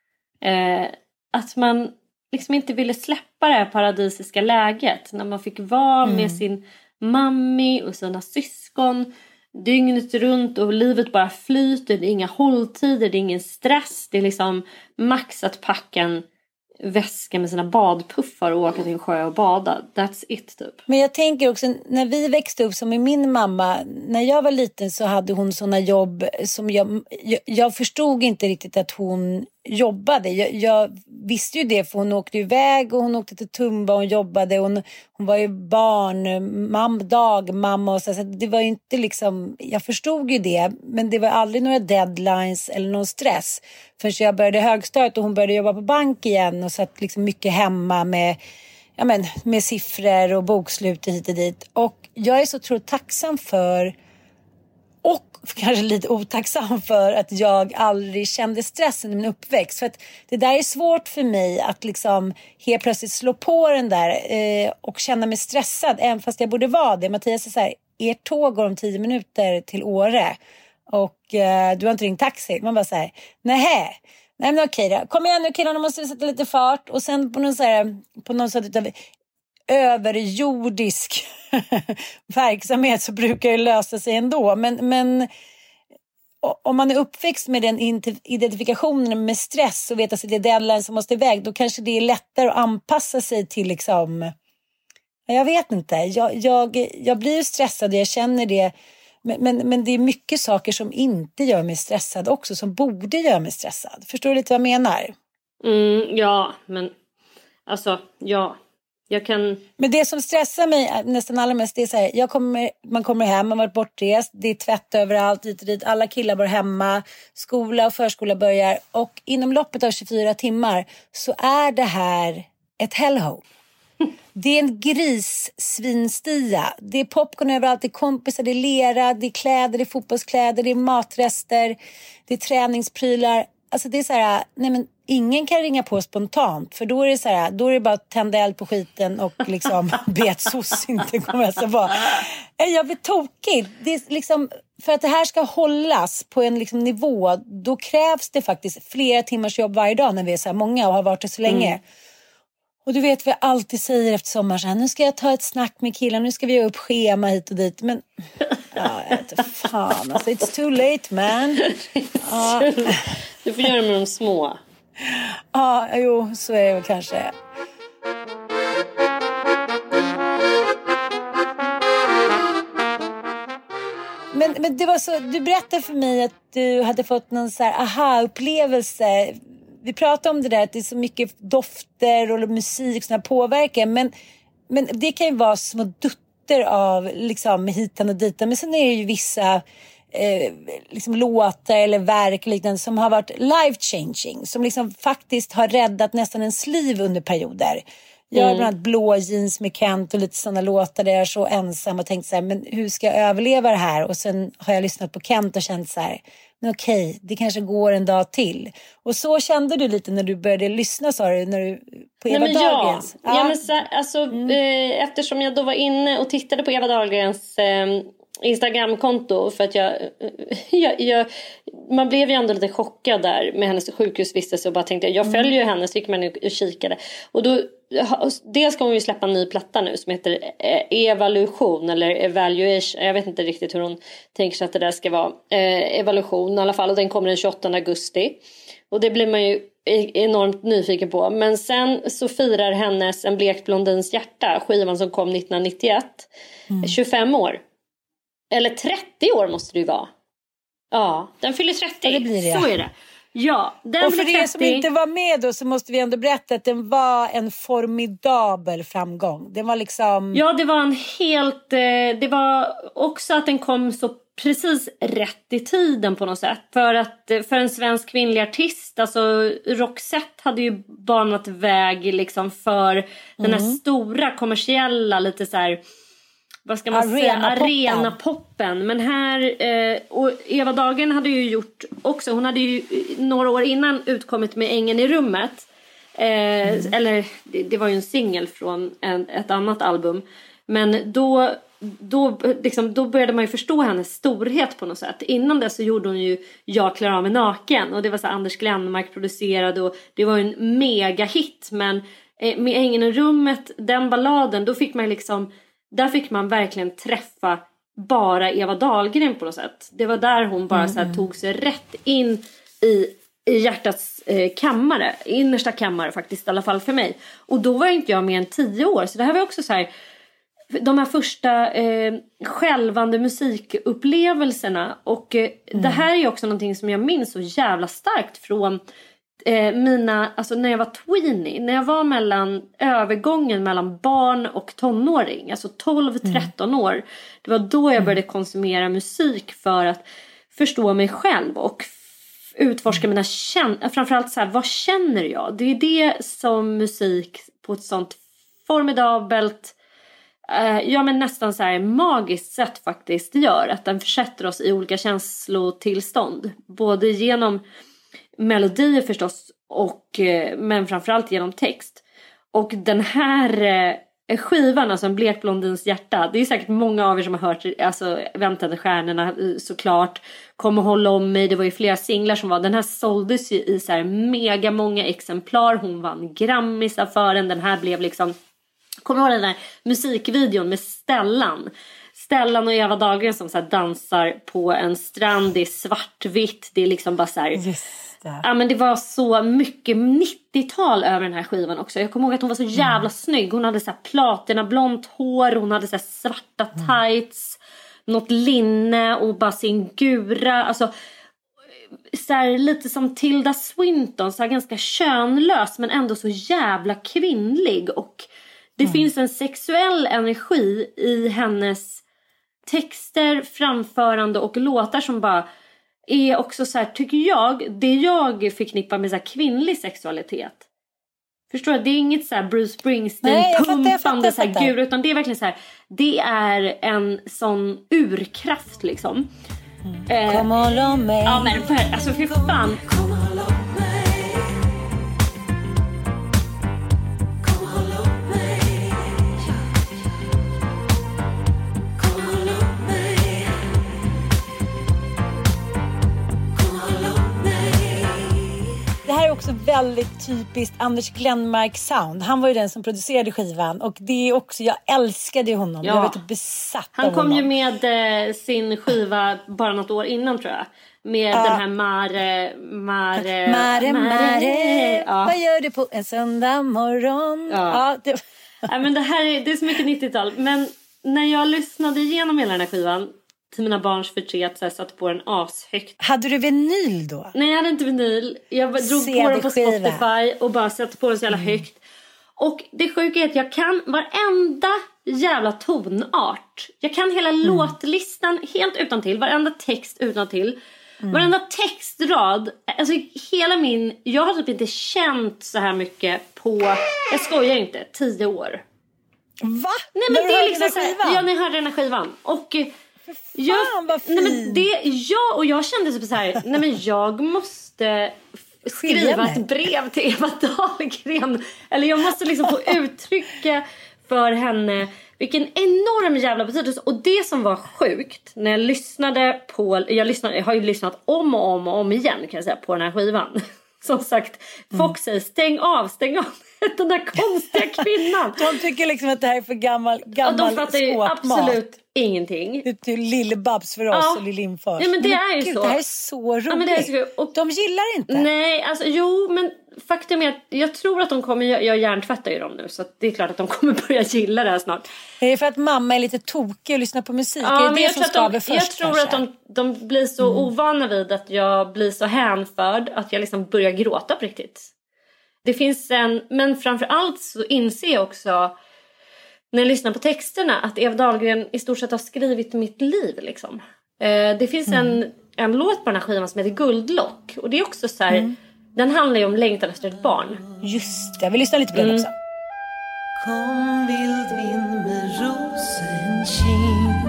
Speaker 8: Eh, att man liksom inte ville släppa det här paradisiska läget. När man fick vara mm. med sin mammi och sina syskon dygnet runt och livet bara flyter. Det är inga hålltider, det är ingen stress. Det är liksom max att packa en väska med sina badpuffar och åka till en sjö och bada. That's it typ.
Speaker 7: Men jag tänker också, när vi växte upp som med min mamma, när jag var liten så hade hon såna jobb som jag, jag, jag förstod inte riktigt att hon jobbade. Jag, jag visste ju det för hon åkte iväg och hon åkte till Tumba och hon jobbade. Hon, hon var ju barn, mam, dagmamma och så, så det var ju inte liksom, jag förstod ju det, men det var aldrig några deadlines eller någon stress. Förrän jag började högstadiet och hon började jobba på bank igen och satt liksom mycket hemma med, ja men, med siffror och bokslut hit och dit. Och jag är så otroligt tacksam för, och kanske lite otacksam för att jag aldrig kände stress under min uppväxt. För att det där är svårt för mig att liksom helt plötsligt slå på den där eh, och känna mig stressad. Även fast jag borde vara det. Mattias är så här, ert tåg går om tio minuter till Åre. Och eh, du har inte ringt taxi. Man bara så här, nähä. Nej men okej då. Kom igen nu killarna, måste vi sätta lite fart. Och sen på någon så här, på någon sån av överjordisk verksamhet så brukar det lösa sig ändå. Men, men om man är uppväxt med den identifikationen med stress och vet att det är deadline som måste iväg, då kanske det är lättare att anpassa sig till liksom, jag vet inte, jag, jag, jag blir stressad och jag känner det, men, men, men det är mycket saker som inte gör mig stressad också, som borde göra mig stressad. Förstår du lite vad jag menar?
Speaker 8: Mm, ja, men alltså, ja. Jag kan... Men
Speaker 7: det som stressar mig nästan allra mest, det är så här, jag kommer, man kommer hem, man har varit bortrest, det är tvätt överallt, dit och dit, alla killar bor hemma, skola och förskola börjar, och inom loppet av tjugofyra timmar så är det här ett hellhole. Det är en grissvinstia, det är popcorn överallt, det är kompisar, det är lera, det är kläder, det är fotbollskläder, det är matrester, det är träningsprylar. Alltså det är så här, nej men ingen kan ringa på spontant, för då är det så här, då är det bara att tända eld på skiten och liksom betsås inte kommer alltså vara. Jag blir tokig. Det är liksom, för att det här ska hållas på en liksom nivå, då krävs det faktiskt flera timmars jobb varje dag när vi är så här många och har varit det så länge. Mm. Och du vet vad jag alltid säger efter sommaren så här, nu ska jag ta ett snack med killar, nu ska vi göra upp schema hit och dit, men ja, jag vet inte fan, alltså it's too late man. Ja.
Speaker 8: Du får göra med de små.
Speaker 7: Ja, jo, så är det väl kanske. Men, men det var så, du berättade för mig att du hade fått någon så här aha-upplevelse. Vi pratade om det där att det är så mycket dofter och musik som påverkar, men, men det kan ju vara små dutter av liksom hitan och ditan, men sen är det ju vissa Eh, liksom låtar eller verk liknande som har varit life changing, som liksom faktiskt har räddat nästan ens liv under perioder. Jag har mm. bland annat blå jeans med Kent och lite sådana låtar där jag är så ensam och tänkt så här, men hur ska jag överleva det här? Och sen har jag lyssnat på Kent och känt så här, men okej, det kanske går en dag till. Och så kände du lite när du började lyssna, sa du, när du på Eva Nej, men Dahlgrens.
Speaker 8: Ja, ja. ja men så, alltså, mm. eh, eftersom jag då var inne och tittade på Eva Dahlgrens eh, Instagramkonto, för att jag, jag, jag man blev ju ändå lite chockad där med hennes sjukhusvistelse och bara tänkte, jag följer ju henne, så gick man och kikade. Och då, dels ska hon ju släppa en ny platta nu som heter Evaluation eller Evaluation, jag vet inte riktigt hur hon tänker sig att det där ska vara, eh, Evaluation i alla fall, och den kommer den tjugoåttonde augusti. Och det blir man ju enormt nyfiken på. Men sen så firar hennes En blekt blondins hjärta, skivan som kom nittonhundranittioett, mm. tjugofem år. Eller trettio år måste det ju vara. Ja, den fyller trettio.
Speaker 7: Ja, det blir det.
Speaker 8: Så är det. Ja, den
Speaker 7: och för
Speaker 8: trettio.
Speaker 7: er som inte var med då, så måste vi ändå berätta att den var en formidabel framgång. Den var liksom...
Speaker 8: Ja, det var en helt... Det var också att den kom så precis rätt i tiden på något sätt. För att för en svensk kvinnlig artist, alltså Roxette hade ju banat väg liksom för mm. den här stora kommersiella, lite så här... Vad ska man
Speaker 7: arena
Speaker 8: säga?
Speaker 7: Poppen.
Speaker 8: Arena-poppen. Men här... Eh, och Eva Dahlgren hade ju gjort också... Hon hade ju några år innan utkommit med Ängen i rummet. Eh, mm. Eller det, det var ju en singel från en, ett annat album. Men då... Då, liksom, då började man ju förstå hennes storhet på något sätt. Innan det så gjorde hon ju Jag klär av mig naken. Och det var så Anders Glenmark producerade. Och det var ju en mega hit. Men eh, med Ängen i rummet, den balladen, då fick man liksom... Där fick man verkligen träffa bara Eva Dahlgren på något sätt. Det var där hon bara mm. så här, tog sig rätt in i, i hjärtats eh, kammare. Innersta kammare faktiskt, i alla fall för mig. Och då var inte jag mer än tio år. Så det här var också så här... De här första eh, självande musikupplevelserna. Och eh, mm. det här är ju också någonting som jag minns så jävla starkt från... Eh, mina, alltså när jag var tweenie, när jag var mellan övergången mellan barn och tonåring, alltså tolv tretton mm. år, det var då jag började konsumera musik för att förstå mig själv och f- utforska mina känslor, framförallt så här, vad känner jag? Det är det som musik på ett sånt formidabelt, eh, ja men nästan så här magiskt sätt faktiskt gör. Att den försätter oss i olika känslotillstånd. Både genom melodier förstås, och, eh, men framförallt genom text. Och den här eh, skivan, alltså En blek blondins hjärta, det är säkert många av er som har hört, alltså Väntade stjärnorna såklart, Kom och hålla om mig, det var ju flera singlar som var, den här såldes ju i så här mega många exemplar, hon vann Grammisar för den, den här blev liksom, kommer du ihåg den där musikvideon med Stellan Stellan och Eva Dahlgren som så här dansar på en strand, det är svartvitt, det är liksom bara så här, ja, men det var så mycket nittiotal över den här skivan också. Jag kommer ihåg att hon var så jävla mm. snygg. Hon hade så här platina blont hår. Hon hade så här svarta tights. Mm. Något linne och bara sin gura. Alltså så här, lite som Tilda Swinton. Så här, ganska könlös men ändå så jävla kvinnlig. Och det mm. finns en sexuell energi i hennes texter, framförande och låtar som bara är också så här, tycker jag, det jag förknippar med så här kvinnlig sexualitet. Förstår du? Det är inget så här Bruce Springsteen
Speaker 7: Nej,
Speaker 8: pumpande
Speaker 7: jag fattar, jag
Speaker 8: så här
Speaker 7: fattar.
Speaker 8: gur, utan det är verkligen så här, det är en sån urkraft liksom.
Speaker 7: Mm. Eh, Kom och håll mig.
Speaker 8: Ja men för, alltså för fan.
Speaker 7: Det här är också väldigt typiskt Anders Glenmark sound. Han var ju den som producerade skivan. Och det är också, jag älskade honom. Ja. Jag var typ besatt
Speaker 8: Han
Speaker 7: av
Speaker 8: kom
Speaker 7: honom.
Speaker 8: ju med eh, sin skiva bara något år innan tror jag. Med ja. den här Mare, Mare,
Speaker 7: Mare, Mare. Mare.
Speaker 8: Ja.
Speaker 7: Vad gör du på en söndag morgon?
Speaker 8: Ja.
Speaker 7: Ja, det...
Speaker 8: ja, men det här är, det är så mycket nittiotal. Men när jag lyssnade igenom hela den här skivan, till mina barns förtret, så jag satte på den ashögt.
Speaker 7: Hade du vinyl då?
Speaker 8: Nej, jag hade inte vinyl. Jag drog
Speaker 7: C D-skiva.
Speaker 8: på den på Spotify och bara satte på den så jävla mm. högt. Och det sjuka är att jag kan varenda jävla tonart. Jag kan hela mm. låtlistan helt utan till, varenda text utan till. Mm. Varenda textrad, alltså hela min, jag har typ inte känt så här mycket på, jag skojar inte, tio år.
Speaker 7: Va?
Speaker 8: Nej men
Speaker 7: när
Speaker 8: det är liksom så här, ja, när jag hörde den här skivan. Och
Speaker 7: Fan, jag, vad fint.
Speaker 8: Nej, men det, ja, och jag kände så här, nej men jag måste skriva ett brev till Eva Dahlgren. Eller jag måste liksom få uttrycka för henne vilken enorm jävla betydelse. Och det som var sjukt när jag lyssnade på, jag, lyssnade, jag har ju lyssnat om och om och om igen kan jag säga på den här skivan. Som sagt, folk säger stäng av, stäng av den där konstiga kvinnan.
Speaker 7: De tycker liksom att det här är för gammal, gammal skåpmat.
Speaker 8: De fattar ju absolut ingenting.
Speaker 7: Det är Lill-Babs för oss
Speaker 8: ja.
Speaker 7: och Lill-Infors.
Speaker 8: Ja, men det
Speaker 7: men
Speaker 8: är ju
Speaker 7: gud,
Speaker 8: så.
Speaker 7: Det här är så roligt.
Speaker 8: Ja, men det är så, och
Speaker 7: de gillar inte.
Speaker 8: Nej, alltså jo, men faktum är att jag tror att de kommer, jag, jag hjärntvättar ju dem nu. Så att det är klart att de kommer börja gilla det här snart.
Speaker 7: Det är för att mamma är lite tokig och lyssnar på musik.
Speaker 8: Ja,
Speaker 7: det är
Speaker 8: men
Speaker 7: det
Speaker 8: jag
Speaker 7: som
Speaker 8: tror, att de,
Speaker 7: först,
Speaker 8: jag tror att de, de blir så mm. ovana vid att jag blir så hänförd att jag liksom börjar gråta på riktigt. Det finns en, men framförallt så inser jag också när jag lyssnar på texterna att Eva Dahlgren i stort sett har skrivit mitt liv liksom. Eh, det finns mm. en, en låt på den här skivan som heter Guldlock. Och det är också så här, mm. den handlar ju om längtan efter ett barn.
Speaker 7: Just det, jag vill lyssna lite på den mm. också.
Speaker 9: Kom vild vind med rosenkind,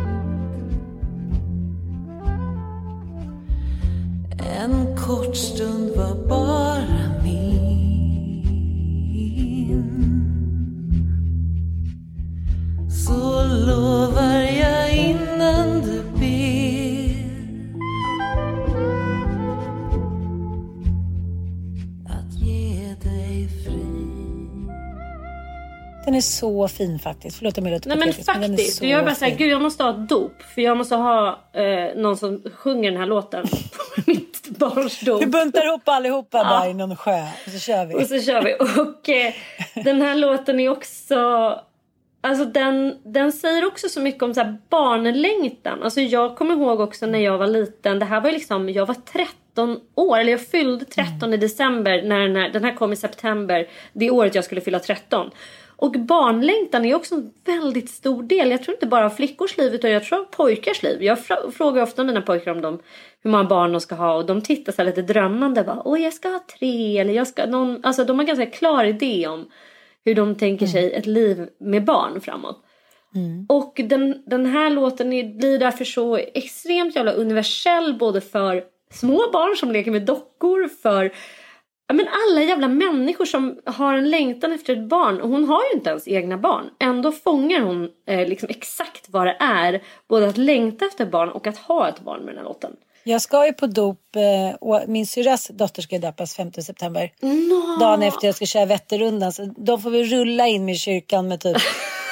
Speaker 9: en kort stund var bara min. Så lovar jag innan du ber att ge dig fri.
Speaker 7: Den är så fin faktiskt. Förlåt om jag låter
Speaker 8: Nej men
Speaker 7: patetisk,
Speaker 8: faktiskt,
Speaker 7: men den är så
Speaker 8: jag bara säger,
Speaker 7: fin.
Speaker 8: gud jag måste ha ett dop. För jag måste ha eh, någon som sjunger den här låten på mitt barns dop.
Speaker 7: Vi buntar ihop allihopa
Speaker 8: ja.
Speaker 7: där i någon sjö. Och så kör vi.
Speaker 8: Och så kör vi. Och eh, den här låten är också, alltså den, den säger också så mycket om så här barnlängtan. Alltså jag kommer ihåg också när jag var liten. Det här var liksom, jag var tretton år. Eller jag fyllde tretton mm. i december. När den här, den här kom i september. Det året jag skulle fylla tretton. Och barnlängtan är också en väldigt stor del. Jag tror inte bara av flickors liv utan jag tror av pojkars liv. Jag fr- frågar ofta mina pojkar om dem, hur många barn de ska ha. Och de tittar så här lite drömmande. Bara, Åh, jag ska ha tre. Eller jag ska någon... Alltså de har ganska klar idé om hur de tänker sig ett liv med barn framåt. Mm. Och den, den här låten blir därför så extremt jävla universell. Både för små barn som leker med dockor. För ja, men alla jävla människor som har en längtan efter ett barn. Och hon har ju inte ens egna barn. Ändå fångar hon eh, liksom exakt vad det är. Både att längta efter barn och att ha ett barn med den här låten.
Speaker 7: Jag ska ju på dop och min syrras dotter ska döpas femte september.
Speaker 8: No.
Speaker 7: Dagen efter jag ska köra Vätternrundan. Så de får vi rulla in med kyrkan med typ...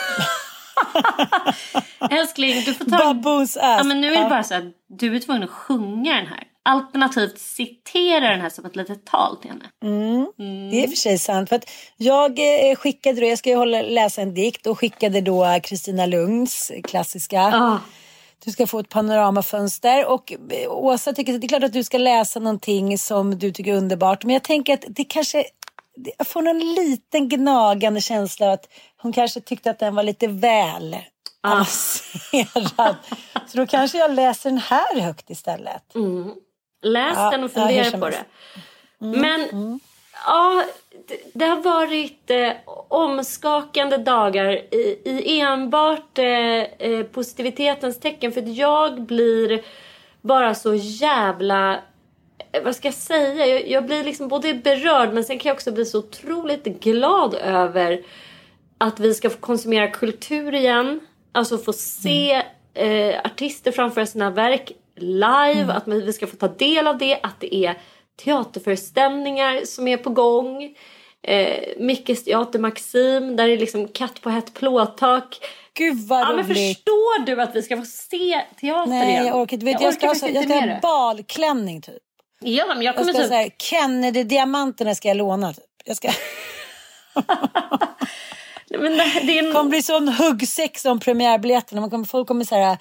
Speaker 8: Älskling, du får ta...
Speaker 7: Baboons ass.
Speaker 8: Ja, men nu är det bara så att du är tvungen att sjunga den här. Alternativt citera den här som ett litet tal till henne.
Speaker 7: Mm. Mm. Det är för sig sant. För att jag eh, skickade då, jag ska ju hålla, läsa en dikt och skickade då Kristina Lunds klassiska...
Speaker 8: Oh.
Speaker 7: Du ska få ett panoramafönster. Och Åsa tycker att det är klart att du ska läsa någonting som du tycker är underbart. Men jag tänker att det kanske... Jag får någon liten gnagande känsla av att hon kanske tyckte att den var lite väl avancerad. Så då kanske jag läser den här högt istället.
Speaker 8: Mm. Läs
Speaker 7: ja,
Speaker 8: den och fundera
Speaker 7: ja,
Speaker 8: på det.
Speaker 7: Mm,
Speaker 8: Men
Speaker 7: mm.
Speaker 8: ja, det, det har varit eh, omskakande dagar i, i enbart eh, eh, positivitetens tecken. För att jag blir bara så jävla... Vad ska jag säga? Jag, jag blir liksom både berörd, men sen kan jag också bli så otroligt glad över att vi ska få konsumera kultur igen. Alltså få se mm. eh, artister framföra sina verk live. Mm. Att vi ska få ta del av det. Att det är teaterföreställningar som är på gång. Eh, Mickes teater Maxim, där det är liksom katt på hett plåttak.
Speaker 7: Gud vad
Speaker 8: ja,
Speaker 7: roligt.
Speaker 8: Men förstår du att vi ska få se teater
Speaker 7: Nej,
Speaker 8: igen?
Speaker 7: jag orkar inte. Jag, jag, ska, alltså, jag ska ha en balklänning typ.
Speaker 8: Ja, men jag kommer
Speaker 7: jag ska
Speaker 8: typ...
Speaker 7: säga Kennedy-diamanterna ska jag låna typ. Jag ska...
Speaker 8: men det, det, är en...
Speaker 7: det kommer bli sån huggsex om premiärbiljetterna. Man kommer, folk kommer så här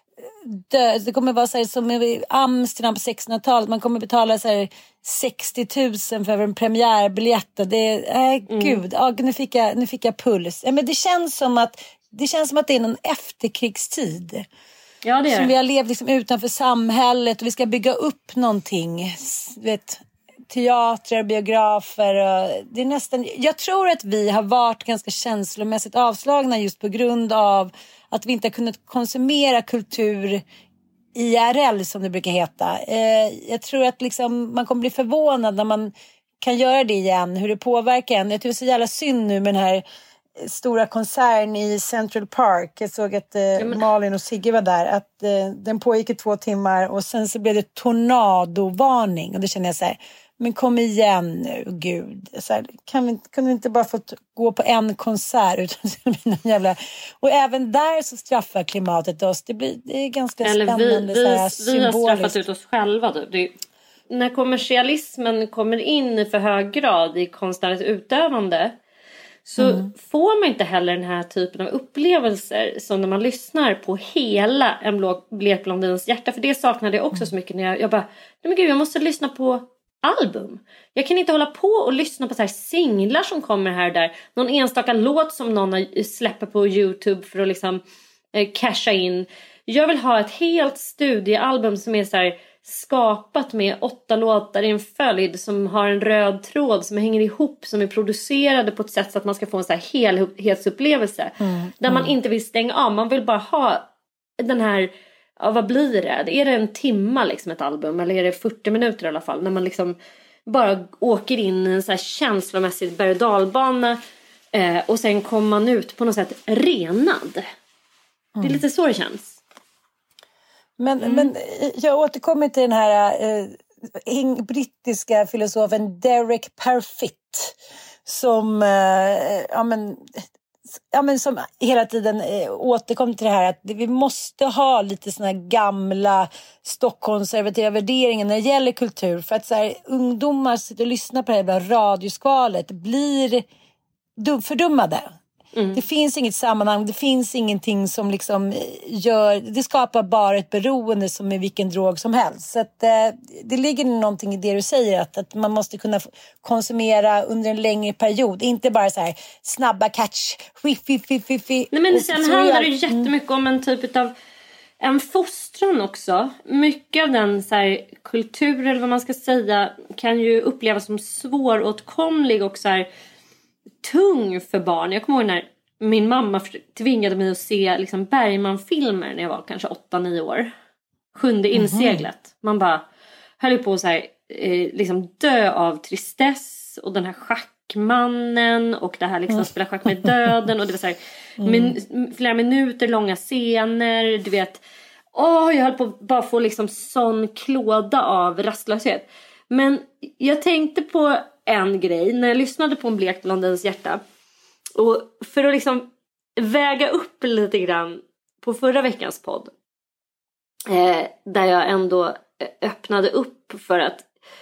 Speaker 7: dö. Det kommer vara så här, som i Amsterdam på sextonhundratalet. Man kommer betala så här sextio tusen för en premiärbiljett. Det är, äh, mm. gud, ja, nu, fick jag, nu fick jag puls. Ja, men det känns som att det känns som att det är någon efterkrigstid.
Speaker 8: Ja, det är
Speaker 7: som
Speaker 8: det.
Speaker 7: vi har levt liksom utanför samhället och vi ska bygga upp någonting, vet, teatrar, biografer och det är nästan, jag tror att vi har varit ganska känslomässigt avslagna just på grund av att vi inte har kunnat konsumera kultur I R L som det brukar heta. Eh, jag tror att liksom man kommer bli förvånad när man kan göra det igen, hur det påverkar en. Jag tror det är så jävla synd nu med den här stora koncern i Central Park. Jag såg att eh, ja, men... Malin och Sigge var där. Att eh, den pågick i två timmar och sen så blev det tornadovarning. Och då kände jag så här, men kom igen nu, gud. Så här, kan, vi, kan vi inte bara få gå på en konsert utan någon jävla... Och även där så straffar klimatet oss. Det, blir, det är ganska
Speaker 8: Eller
Speaker 7: spännande.
Speaker 8: Vi, vi,
Speaker 7: så här,
Speaker 8: vi har straffat ut oss själva. Typ. Det är, när kommersialismen kommer in i för hög grad i konstnärligt utövande så mm. får man inte heller den här typen av upplevelser som när man lyssnar på hela En blå, blek blondins hjärta. För det saknade jag också mm. så mycket när jag, jag bara, nej men gud, jag måste lyssna på album. Jag kan inte hålla på och lyssna på så här singlar som kommer här och där. Någon enstaka låt som någon släpper på YouTube för att liksom eh, casha in. Jag vill ha ett helt studiealbum som är så här skapat med åtta låtar i en följd som har en röd tråd som hänger ihop, som är producerade på ett sätt så att man ska få en så här helhetsupplevelse mm, där man mm. inte vill stänga av, man vill bara ha den här, ja, vad blir det? Är det en timma liksom ett album eller är det fyrtio minuter i alla fall, när man liksom bara åker in i en så här känslomässigt berg- och dalbana eh, och sen kommer man ut på något sätt renad. Mm. Det är lite så det känns.
Speaker 7: Men, mm. men jag återkommer till den här eh, brittiska filosofen Derek Parfit som, eh, ja, men, ja, men, som hela tiden eh, återkommer till det här att vi måste ha lite såna gamla stockkonservativa värderingar när det gäller kultur. För att så här, ungdomar sitter och lyssnar på det här radioskalet blir dum- fördummade. Mm. Det finns inget sammanhang, det finns ingenting som liksom gör, det skapar bara ett beroende som är vilken drog som helst. Så att, eh, det ligger någonting i det du säger, att, att man måste kunna konsumera under en längre period, inte bara så här snabba catch, skiff, skiff, skiff.
Speaker 8: Nej, men sen handlar det jättemycket om en typ av en fostran också. Mycket av den så här, kultur eller vad man ska säga kan ju upplevas som svåråtkomlig och så här tung för barn. Jag kommer ihåg när min mamma tvingade mig att se liksom Bergman-filmer när jag var kanske åtta nio år. Sjunde inseglet. Mm-hmm. Man bara höll på att så här, eh, liksom dö av tristess. Och den här schackmannen. Och det här liksom mm. spela schack med döden. Och det var så här, mm. min, flera minuter långa scener. Du vet. Åh, jag höll på att bara få liksom sån klåda av rastlöshet. Men jag tänkte på en grej. När jag lyssnade på En blekt blondins hjärta. Och för att liksom väga upp lite grann på förra veckans podd. Eh, där jag ändå öppnade upp för att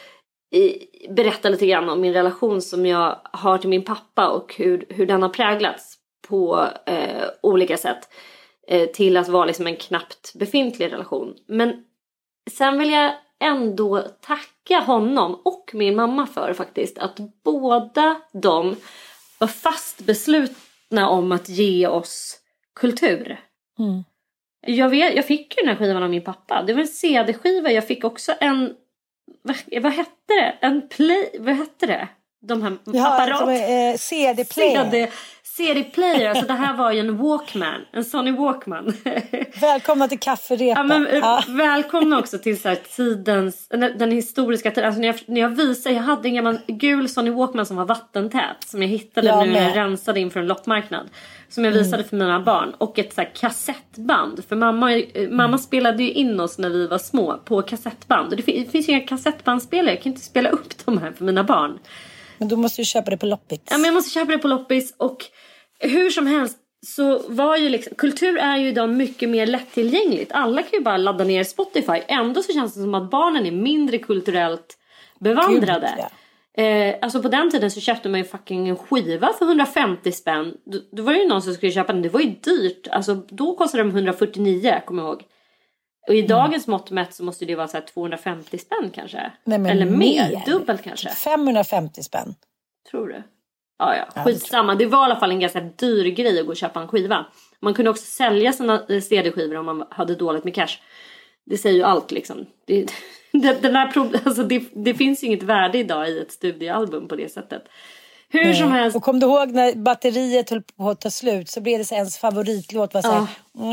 Speaker 8: i, berätta lite grann om min relation som jag har till min pappa. Och hur, hur den har präglats på eh, olika sätt. Eh, till att vara liksom en knappt befintlig relation. Men sen vill jag ändå tacka honom och min mamma för faktiskt. Att båda de var fast beslutna om att ge oss kultur. Mm. Jag, vet, jag fick ju den här skivan av min pappa. Det var en C D-skiva. Jag fick också en... Vad, vad hette det? En play... Vad hette det? De här
Speaker 7: ja,
Speaker 8: apparat...
Speaker 7: Eh, C D-player.
Speaker 8: C D, C D-player. Alltså det här var ju en Walkman. En Sony Walkman.
Speaker 7: Välkomna till kafferepa.
Speaker 8: Ja, men,
Speaker 7: ja.
Speaker 8: Välkomna också till så här, tidens... Den, den historiska tiden. Alltså när jag, när jag visade... Jag hade en gammal gul Sony Walkman som var vattentät. Som jag hittade jag nu när jag rensade in från en loppmarknad. Som jag visade mm. för mina barn. Och ett så här kassettband. För mamma, mamma mm. spelade ju in oss när vi var små. På kassettband. Och det, det finns ju inga kassettbandspelare. Jag kan inte spela upp de här för mina barn.
Speaker 7: Men då måste du köpa det på loppis.
Speaker 8: Ja, men jag måste köpa det på loppis. Och hur som helst så var ju liksom... Kultur är ju idag mycket mer lättillgängligt. Alla kan ju bara ladda ner Spotify. Ändå så känns det som att barnen är mindre kulturellt bevandrade. Gud, ja. eh, alltså på den tiden så köpte man ju fucking en skiva för hundrafemtio spänn. Då, då var det ju någon som skulle köpa den. Det var ju dyrt. Alltså då kostade de hundrafyrtionio, kommer jag ihåg. Och i dagens mm. mått mätt så måste det vara så här tvåhundrafemtio spänn kanske. Nej, men eller mer. mer. Dubbelt kanske.
Speaker 7: femhundrafemtio spänn. Tror du?
Speaker 8: Ja, ja. Skitsamma. Det var i alla fall en ganska dyr grej att gå och köpa en skiva. Man kunde också sälja sina C D-skivor om man hade dåligt med cash. Det säger ju allt liksom. Det, det, den här pro- alltså det, det finns ju inget värde idag i ett studiealbum på det sättet. Hur Nej. som helst.
Speaker 7: Och kom du ihåg när batteriet höll på att ta slut så blev det så ens favoritlåt var så här.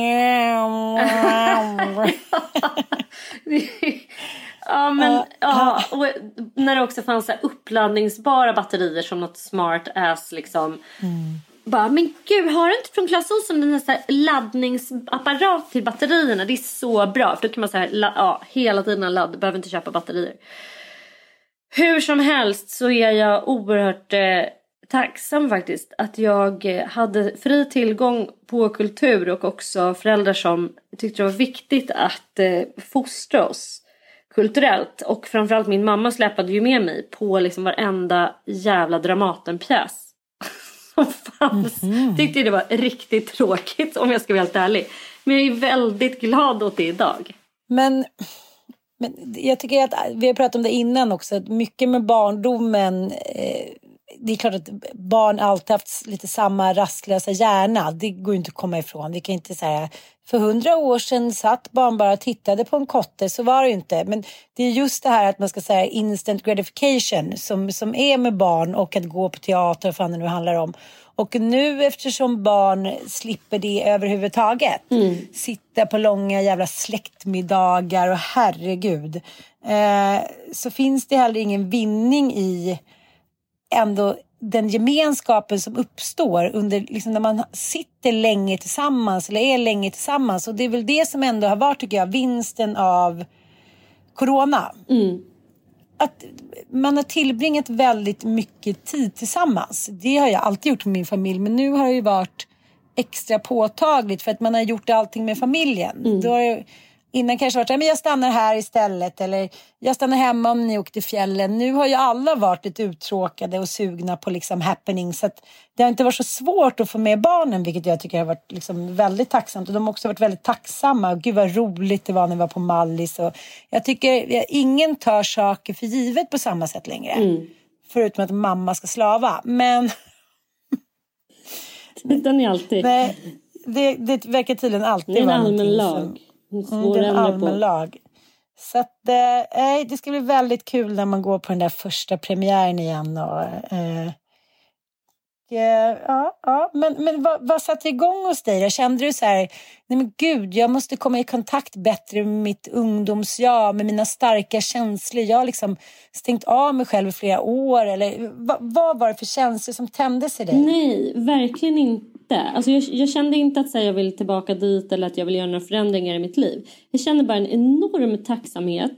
Speaker 8: Ja. Ja, men uh, ja, och när det också fanns så här uppladdningsbara batterier som något smart ass liksom. Mm. Bara, men gud, har du inte från Clas Ohlson den här laddningsapparat till batterierna? Det är så bra, för då kan man så här, la- ja, hela tiden ladda, behöver inte köpa batterier. Hur som helst så är jag oerhört eh, tacksam faktiskt att jag hade fri tillgång på kultur och också föräldrar som tyckte det var viktigt att eh, fostra oss kulturellt. Och framförallt min mamma släpade ju med mig på liksom varenda jävla Dramatenpjäs som fanns. Mm-hmm. Tyckte det var riktigt tråkigt om jag ska vara helt ärlig. Men jag är väldigt glad åt det idag.
Speaker 7: Men, men jag tycker att vi har pratat om det innan också. Att mycket med barndomen... Eh, det är klart att barn alltid haft lite samma rastlösa hjärna. Det går ju inte att komma ifrån. Vi kan inte säga... För hundra år sedan satt barn bara och tittade på en kotte, så var det ju inte. Men det är just det här att man ska säga instant gratification som, som är med barn och att gå på teater och vad det nu handlar om. Och nu eftersom barn slipper det överhuvudtaget, mm. sitta på långa jävla släktmiddagar och herregud, eh, så finns det heller ingen vinning i ändå den gemenskapen som uppstår under, liksom när man sitter länge tillsammans eller är länge tillsammans. Och det är väl det som ändå har varit, tycker jag, vinsten av corona. Mm. Att man har tillbringat väldigt mycket tid tillsammans. Det har jag alltid gjort med min familj. Men nu har det ju varit extra påtagligt för att man har gjort allting med familjen. Mm. Då har det, innan kanske varit så här, men jag stannar här istället. Eller jag stannar hemma om ni åker till fjällen. Nu har ju alla varit lite uttråkade och sugna på liksom happening. Så att det har inte varit så svårt att få med barnen. Vilket jag tycker har varit liksom väldigt tacksamt. Och de har också varit väldigt tacksamma. Och gud vad roligt det var när vi var på Mallis. Och jag tycker ingen tar saker för givet på samma sätt längre. Mm. Förutom att mamma ska slava. Men...
Speaker 8: Den är alltid...
Speaker 7: Nej, det, det verkar tydligen alltid vara
Speaker 8: någonting. Det är en allmän lag.
Speaker 7: Mm, det är en allmän lag. Så att, eh, det ska bli väldigt kul när man går på den där första premiären igen. Och, eh, eh, ja, ja. Men, men vad, vad satte igång hos dig? Kände du så här, nej men gud, jag måste komma i kontakt bättre med mitt ungdomsjag, med mina starka känslor. Jag har liksom stängt av mig själv i flera år. Eller vad, vad var det för känslor som tändes i dig?
Speaker 8: Nej, verkligen inte. Alltså jag, jag kände inte att säga jag vill tillbaka dit eller att jag vill göra några förändringar i mitt liv. Jag kände bara en enorm tacksamhet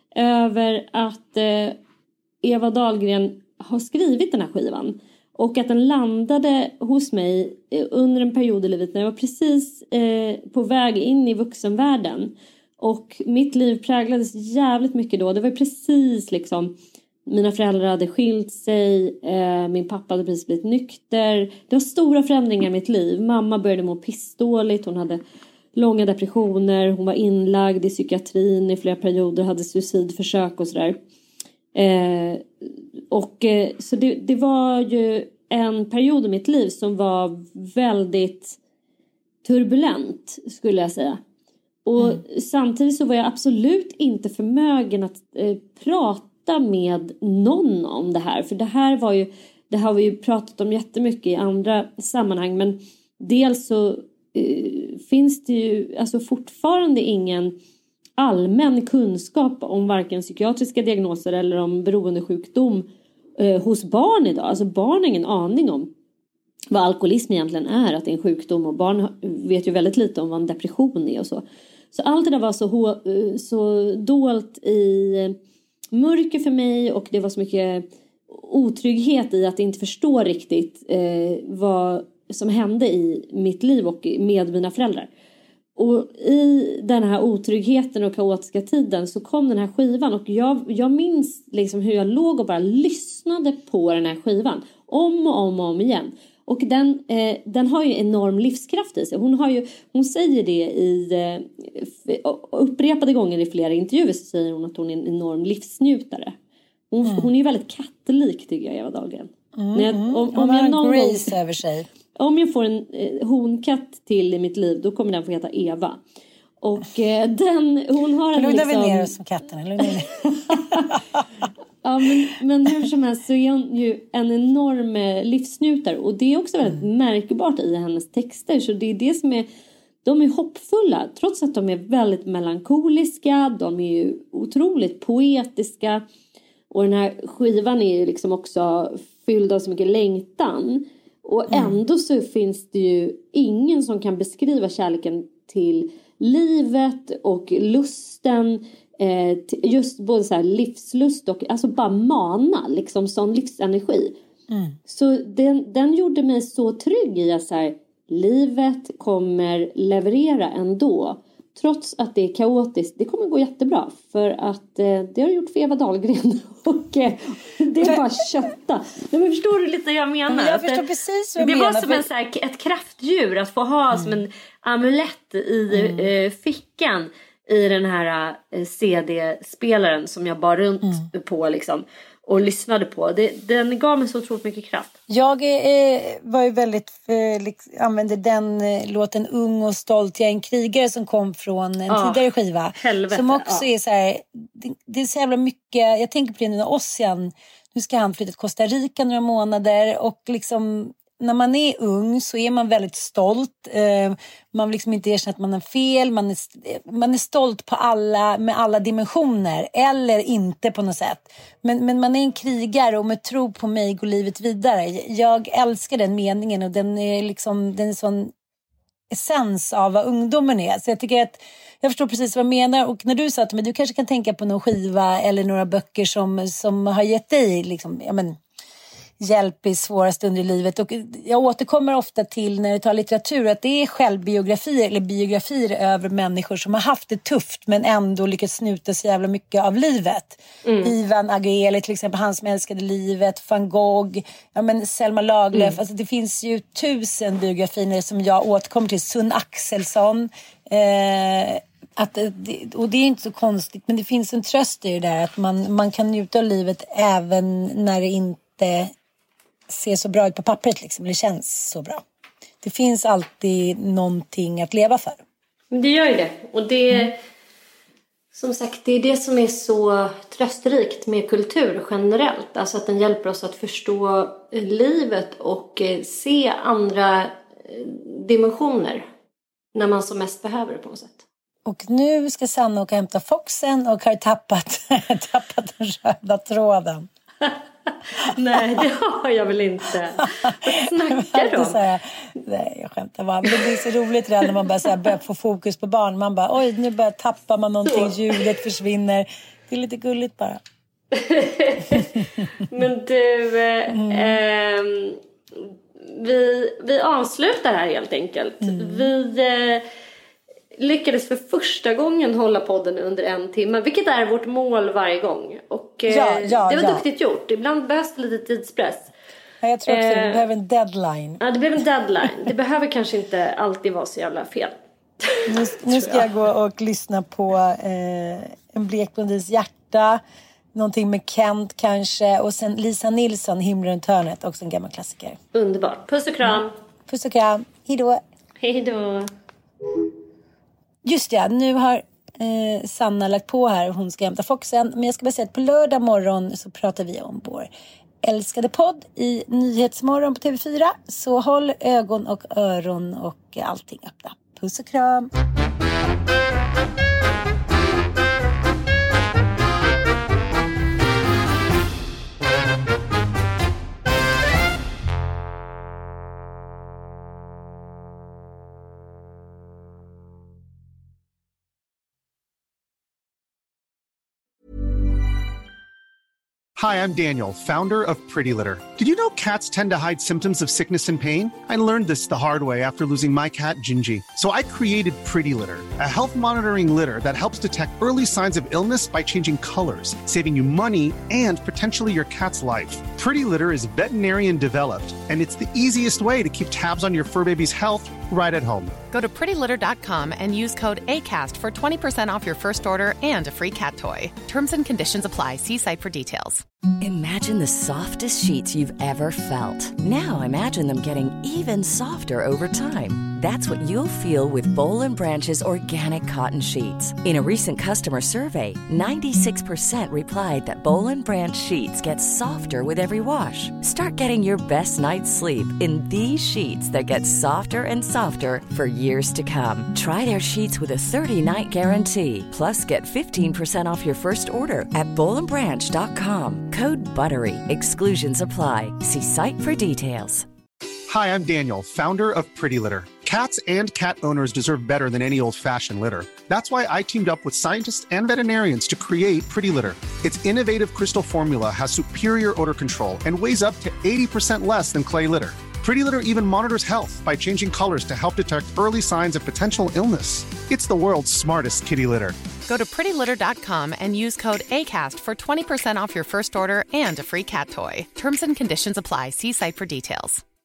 Speaker 8: över att eh, Eva Dahlgren har skrivit den här skivan. Och att den landade hos mig under en period i livet när jag var precis eh, på väg in i vuxenvärlden. Och mitt liv präglades jävligt mycket då. Det var precis liksom, mina föräldrar hade skilt sig. Eh, min pappa hade precis blivit nykter. Det var stora förändringar i mitt liv. Mamma började må pissdåligt. Hon hade långa depressioner. Hon var inlagd i psykiatrin i flera perioder. Hade suicidförsök och sådär. Eh, och eh, så det, det var ju en period i mitt liv som var väldigt turbulent, skulle jag säga. Och mm. samtidigt så var jag absolut inte förmögen att eh, prata med någon om det här. För det här var ju, det har vi ju pratat om jättemycket i andra sammanhang. Men dels så eh, finns det ju alltså fortfarande ingen allmän kunskap om varken psykiatriska diagnoser eller om beroendesjukdom eh, hos barn idag. Alltså barn har ingen aning om vad alkoholism egentligen är, att det är en sjukdom, och barn vet ju väldigt lite om vad en depression är och så. Så allt det där var så, så dolt i mörker för mig, och det var så mycket otrygghet i att inte förstå riktigt eh, vad som hände i mitt liv och med mina föräldrar. Och i den här otryggheten och kaotiska tiden så kom den här skivan. Och jag, jag minns liksom hur jag låg och bara lyssnade på den här skivan. Om och om och om igen. Och den, eh, den har ju enorm livskraft i sig. Hon, har ju, hon säger det i eh, upprepade gånger i flera intervjuer. Så säger hon att hon är en enorm livsnjutare. Hon, mm. hon är ju väldigt kattlik, tycker jag, Eva Dahlgren.
Speaker 7: Mm.
Speaker 8: När jag, om, om
Speaker 7: hon har
Speaker 8: jag någon
Speaker 7: en grace gång, över sig.
Speaker 8: Om jag får en eh, honkatt till i mitt liv, då kommer den få heta Eva. Och eh, den, hon har en
Speaker 7: liksom...
Speaker 8: liksom...
Speaker 7: vi ner oss som katten, eller ner.
Speaker 8: Ja, men, men hur som helst så är hon ju en enorm eh, livsnjutare. Och det är också väldigt mm. märkbart i hennes texter. Så det är det som är... De är hoppfulla, trots att de är väldigt melankoliska. De är ju otroligt poetiska. Och den här skivan är ju liksom också fylld av så mycket längtan. Och ändå så finns det ju ingen som kan beskriva kärleken till livet och lusten. Eh, just både så här livslust och alltså bara mana liksom sån livsenergi. Mm. Så den, den gjorde mig så trygg i att så här, livet kommer leverera ändå. Trots att det är kaotiskt. Det kommer gå jättebra. För att eh, det har gjort för Eva Dahlgren. Och eh, det är bara kötta. Men förstår du lite vad jag menar?
Speaker 7: Men jag förstår
Speaker 8: det,
Speaker 7: precis vad jag
Speaker 8: det
Speaker 7: menar.
Speaker 8: var som
Speaker 7: för...
Speaker 8: en, så här, ett kraftdjur. Att få ha mm. som en amulett i mm. eh, fickan. I den här eh, C D-spelaren som jag bar runt mm. på liksom. Och lyssnade på. Det, den gav mig så otroligt mycket kraft.
Speaker 7: Jag eh, var ju väldigt... Eh, liksom, använde den eh, låten Ung och stolt. Jag är en krigare som kom från en ja, tidigare skiva.
Speaker 8: Helvete,
Speaker 7: som också
Speaker 8: ja.
Speaker 7: är så här... Det, det är så jävla mycket... Jag tänker på det nu när Ossian... Nu ska han flytta till Costa Rica några månader. Och liksom... När man är ung så är man väldigt stolt. Eh, man vill liksom inte erkänna att man har fel. Man är, man är stolt på alla, med alla dimensioner. Eller inte på något sätt. Men, men man är en krigare och med tro på mig går livet vidare. Jag älskar den meningen och den är liksom den är sån essens av vad ungdomen är. Så jag tycker att jag förstår precis vad jag menar. Och när du sa att men du kanske kan tänka på någon skiva eller några böcker som, som har gett dig liksom, ja men... hjälp i svåra stunder i livet. Och jag återkommer ofta till när jag tar litteratur att det är självbiografier eller biografier över människor som har haft det tufft men ändå lyckats snuta så jävla mycket av livet. Mm. Ivan Agueli till exempel, Han som älskade livet, Van Gogh, ja men Selma Lagerlöf. Mm. Alltså det finns ju tusen biografier som jag återkommer till. Sun Axelsson. Eh, att, och det är inte så konstigt, men det finns en tröst i det där att man, man kan njuta av livet även när det inte ser så bra ut på pappret liksom, eller känns så bra. Det finns alltid någonting att leva för.
Speaker 8: Det gör ju det. Och det mm. Som sagt, det är det som är så trösterikt med kultur generellt. Alltså att den hjälper oss att förstå livet och se andra dimensioner när man som mest behöver det på något sätt.
Speaker 7: Och nu ska Sanna åka och hämta Foxen och har tappat, tappat den röda tråden.
Speaker 8: Nej, det har jag väl inte. Vad snackar du om?
Speaker 7: Säga, nej, jag skämtar bara. Men det blir så roligt redan när man bara, så här, börjar få fokus på barn. Man bara, oj, nu börjar tappa man någonting. Så. Ljudet försvinner. Det är lite gulligt bara.
Speaker 8: Men du, eh, mm. eh, vi, vi avslutar här helt enkelt. Mm. Vi... Eh, lyckades för första gången hålla podden under en timme, vilket är vårt mål varje gång. Och ja, ja, det var ja. duktigt gjort. Ibland behövs det lite tidspress.
Speaker 7: Ja, jag tror också eh, det behöver en deadline.
Speaker 8: Ja, det behöver en deadline. Det behöver kanske inte alltid vara så jävla fel.
Speaker 7: Nu, nu ska jag. jag gå och lyssna på eh, En blek blondins hjärta. Någonting med Kent kanske. Och sen Lisa Nilsson, Himlen runt hörnet. Också en gammal klassiker.
Speaker 8: Underbart. Puss och kram.
Speaker 7: Mm. Puss och kram. Hej då.
Speaker 8: Hej då.
Speaker 7: Just det, nu har eh, Sanna lagt på här och hon ska hämta Foxen. Men jag ska bara säga att på lördag morgon så pratar vi om vår älskade podd i Nyhetsmorgon på T V fyra. Så håll ögon och öron och allting öppna. Puss och kram!
Speaker 5: Hi, I'm Daniel, founder of Pretty Litter. Did you know cats tend to hide symptoms of sickness and pain? I learned this the hard way after losing my cat, Gingy. So I created Pretty Litter, a health monitoring litter that helps detect early signs of illness by changing colors, saving you money and potentially your cat's life. Pretty Litter is veterinarian developed, and it's the easiest way to keep tabs on your fur baby's health right at home.
Speaker 6: Go to pretty litter dot com and use code ACAST for twenty percent off your first order and a free cat toy. Terms and conditions apply. See site for details.
Speaker 10: Imagine the softest sheets you've ever felt. Now imagine them getting even softer over time. That's what you'll feel with Boll and Branch's organic cotton sheets. In a recent customer survey, ninety-six percent replied that Boll and Branch sheets get softer with every wash. Start getting your best night's sleep in these sheets that get softer and softer for years to come. Try their sheets with a thirty-night guarantee. Plus, get fifteen percent off your first order at boll and branch dot com. Code BUTTERY. Exclusions apply. See site for details.
Speaker 5: Hi, I'm Daniel, founder of Pretty Litter. Cats and cat owners deserve better than any old-fashioned litter. That's why I teamed up with scientists and veterinarians to create Pretty Litter. Its innovative crystal formula has superior odor control and weighs up to eighty percent less than clay litter. Pretty Litter even monitors health by changing colors to help detect early signs of potential illness. It's the world's smartest kitty litter.
Speaker 6: Go to pretty litter dot com and use code ACAST for twenty percent off your first order and a free cat toy. Terms and conditions apply. See site for details.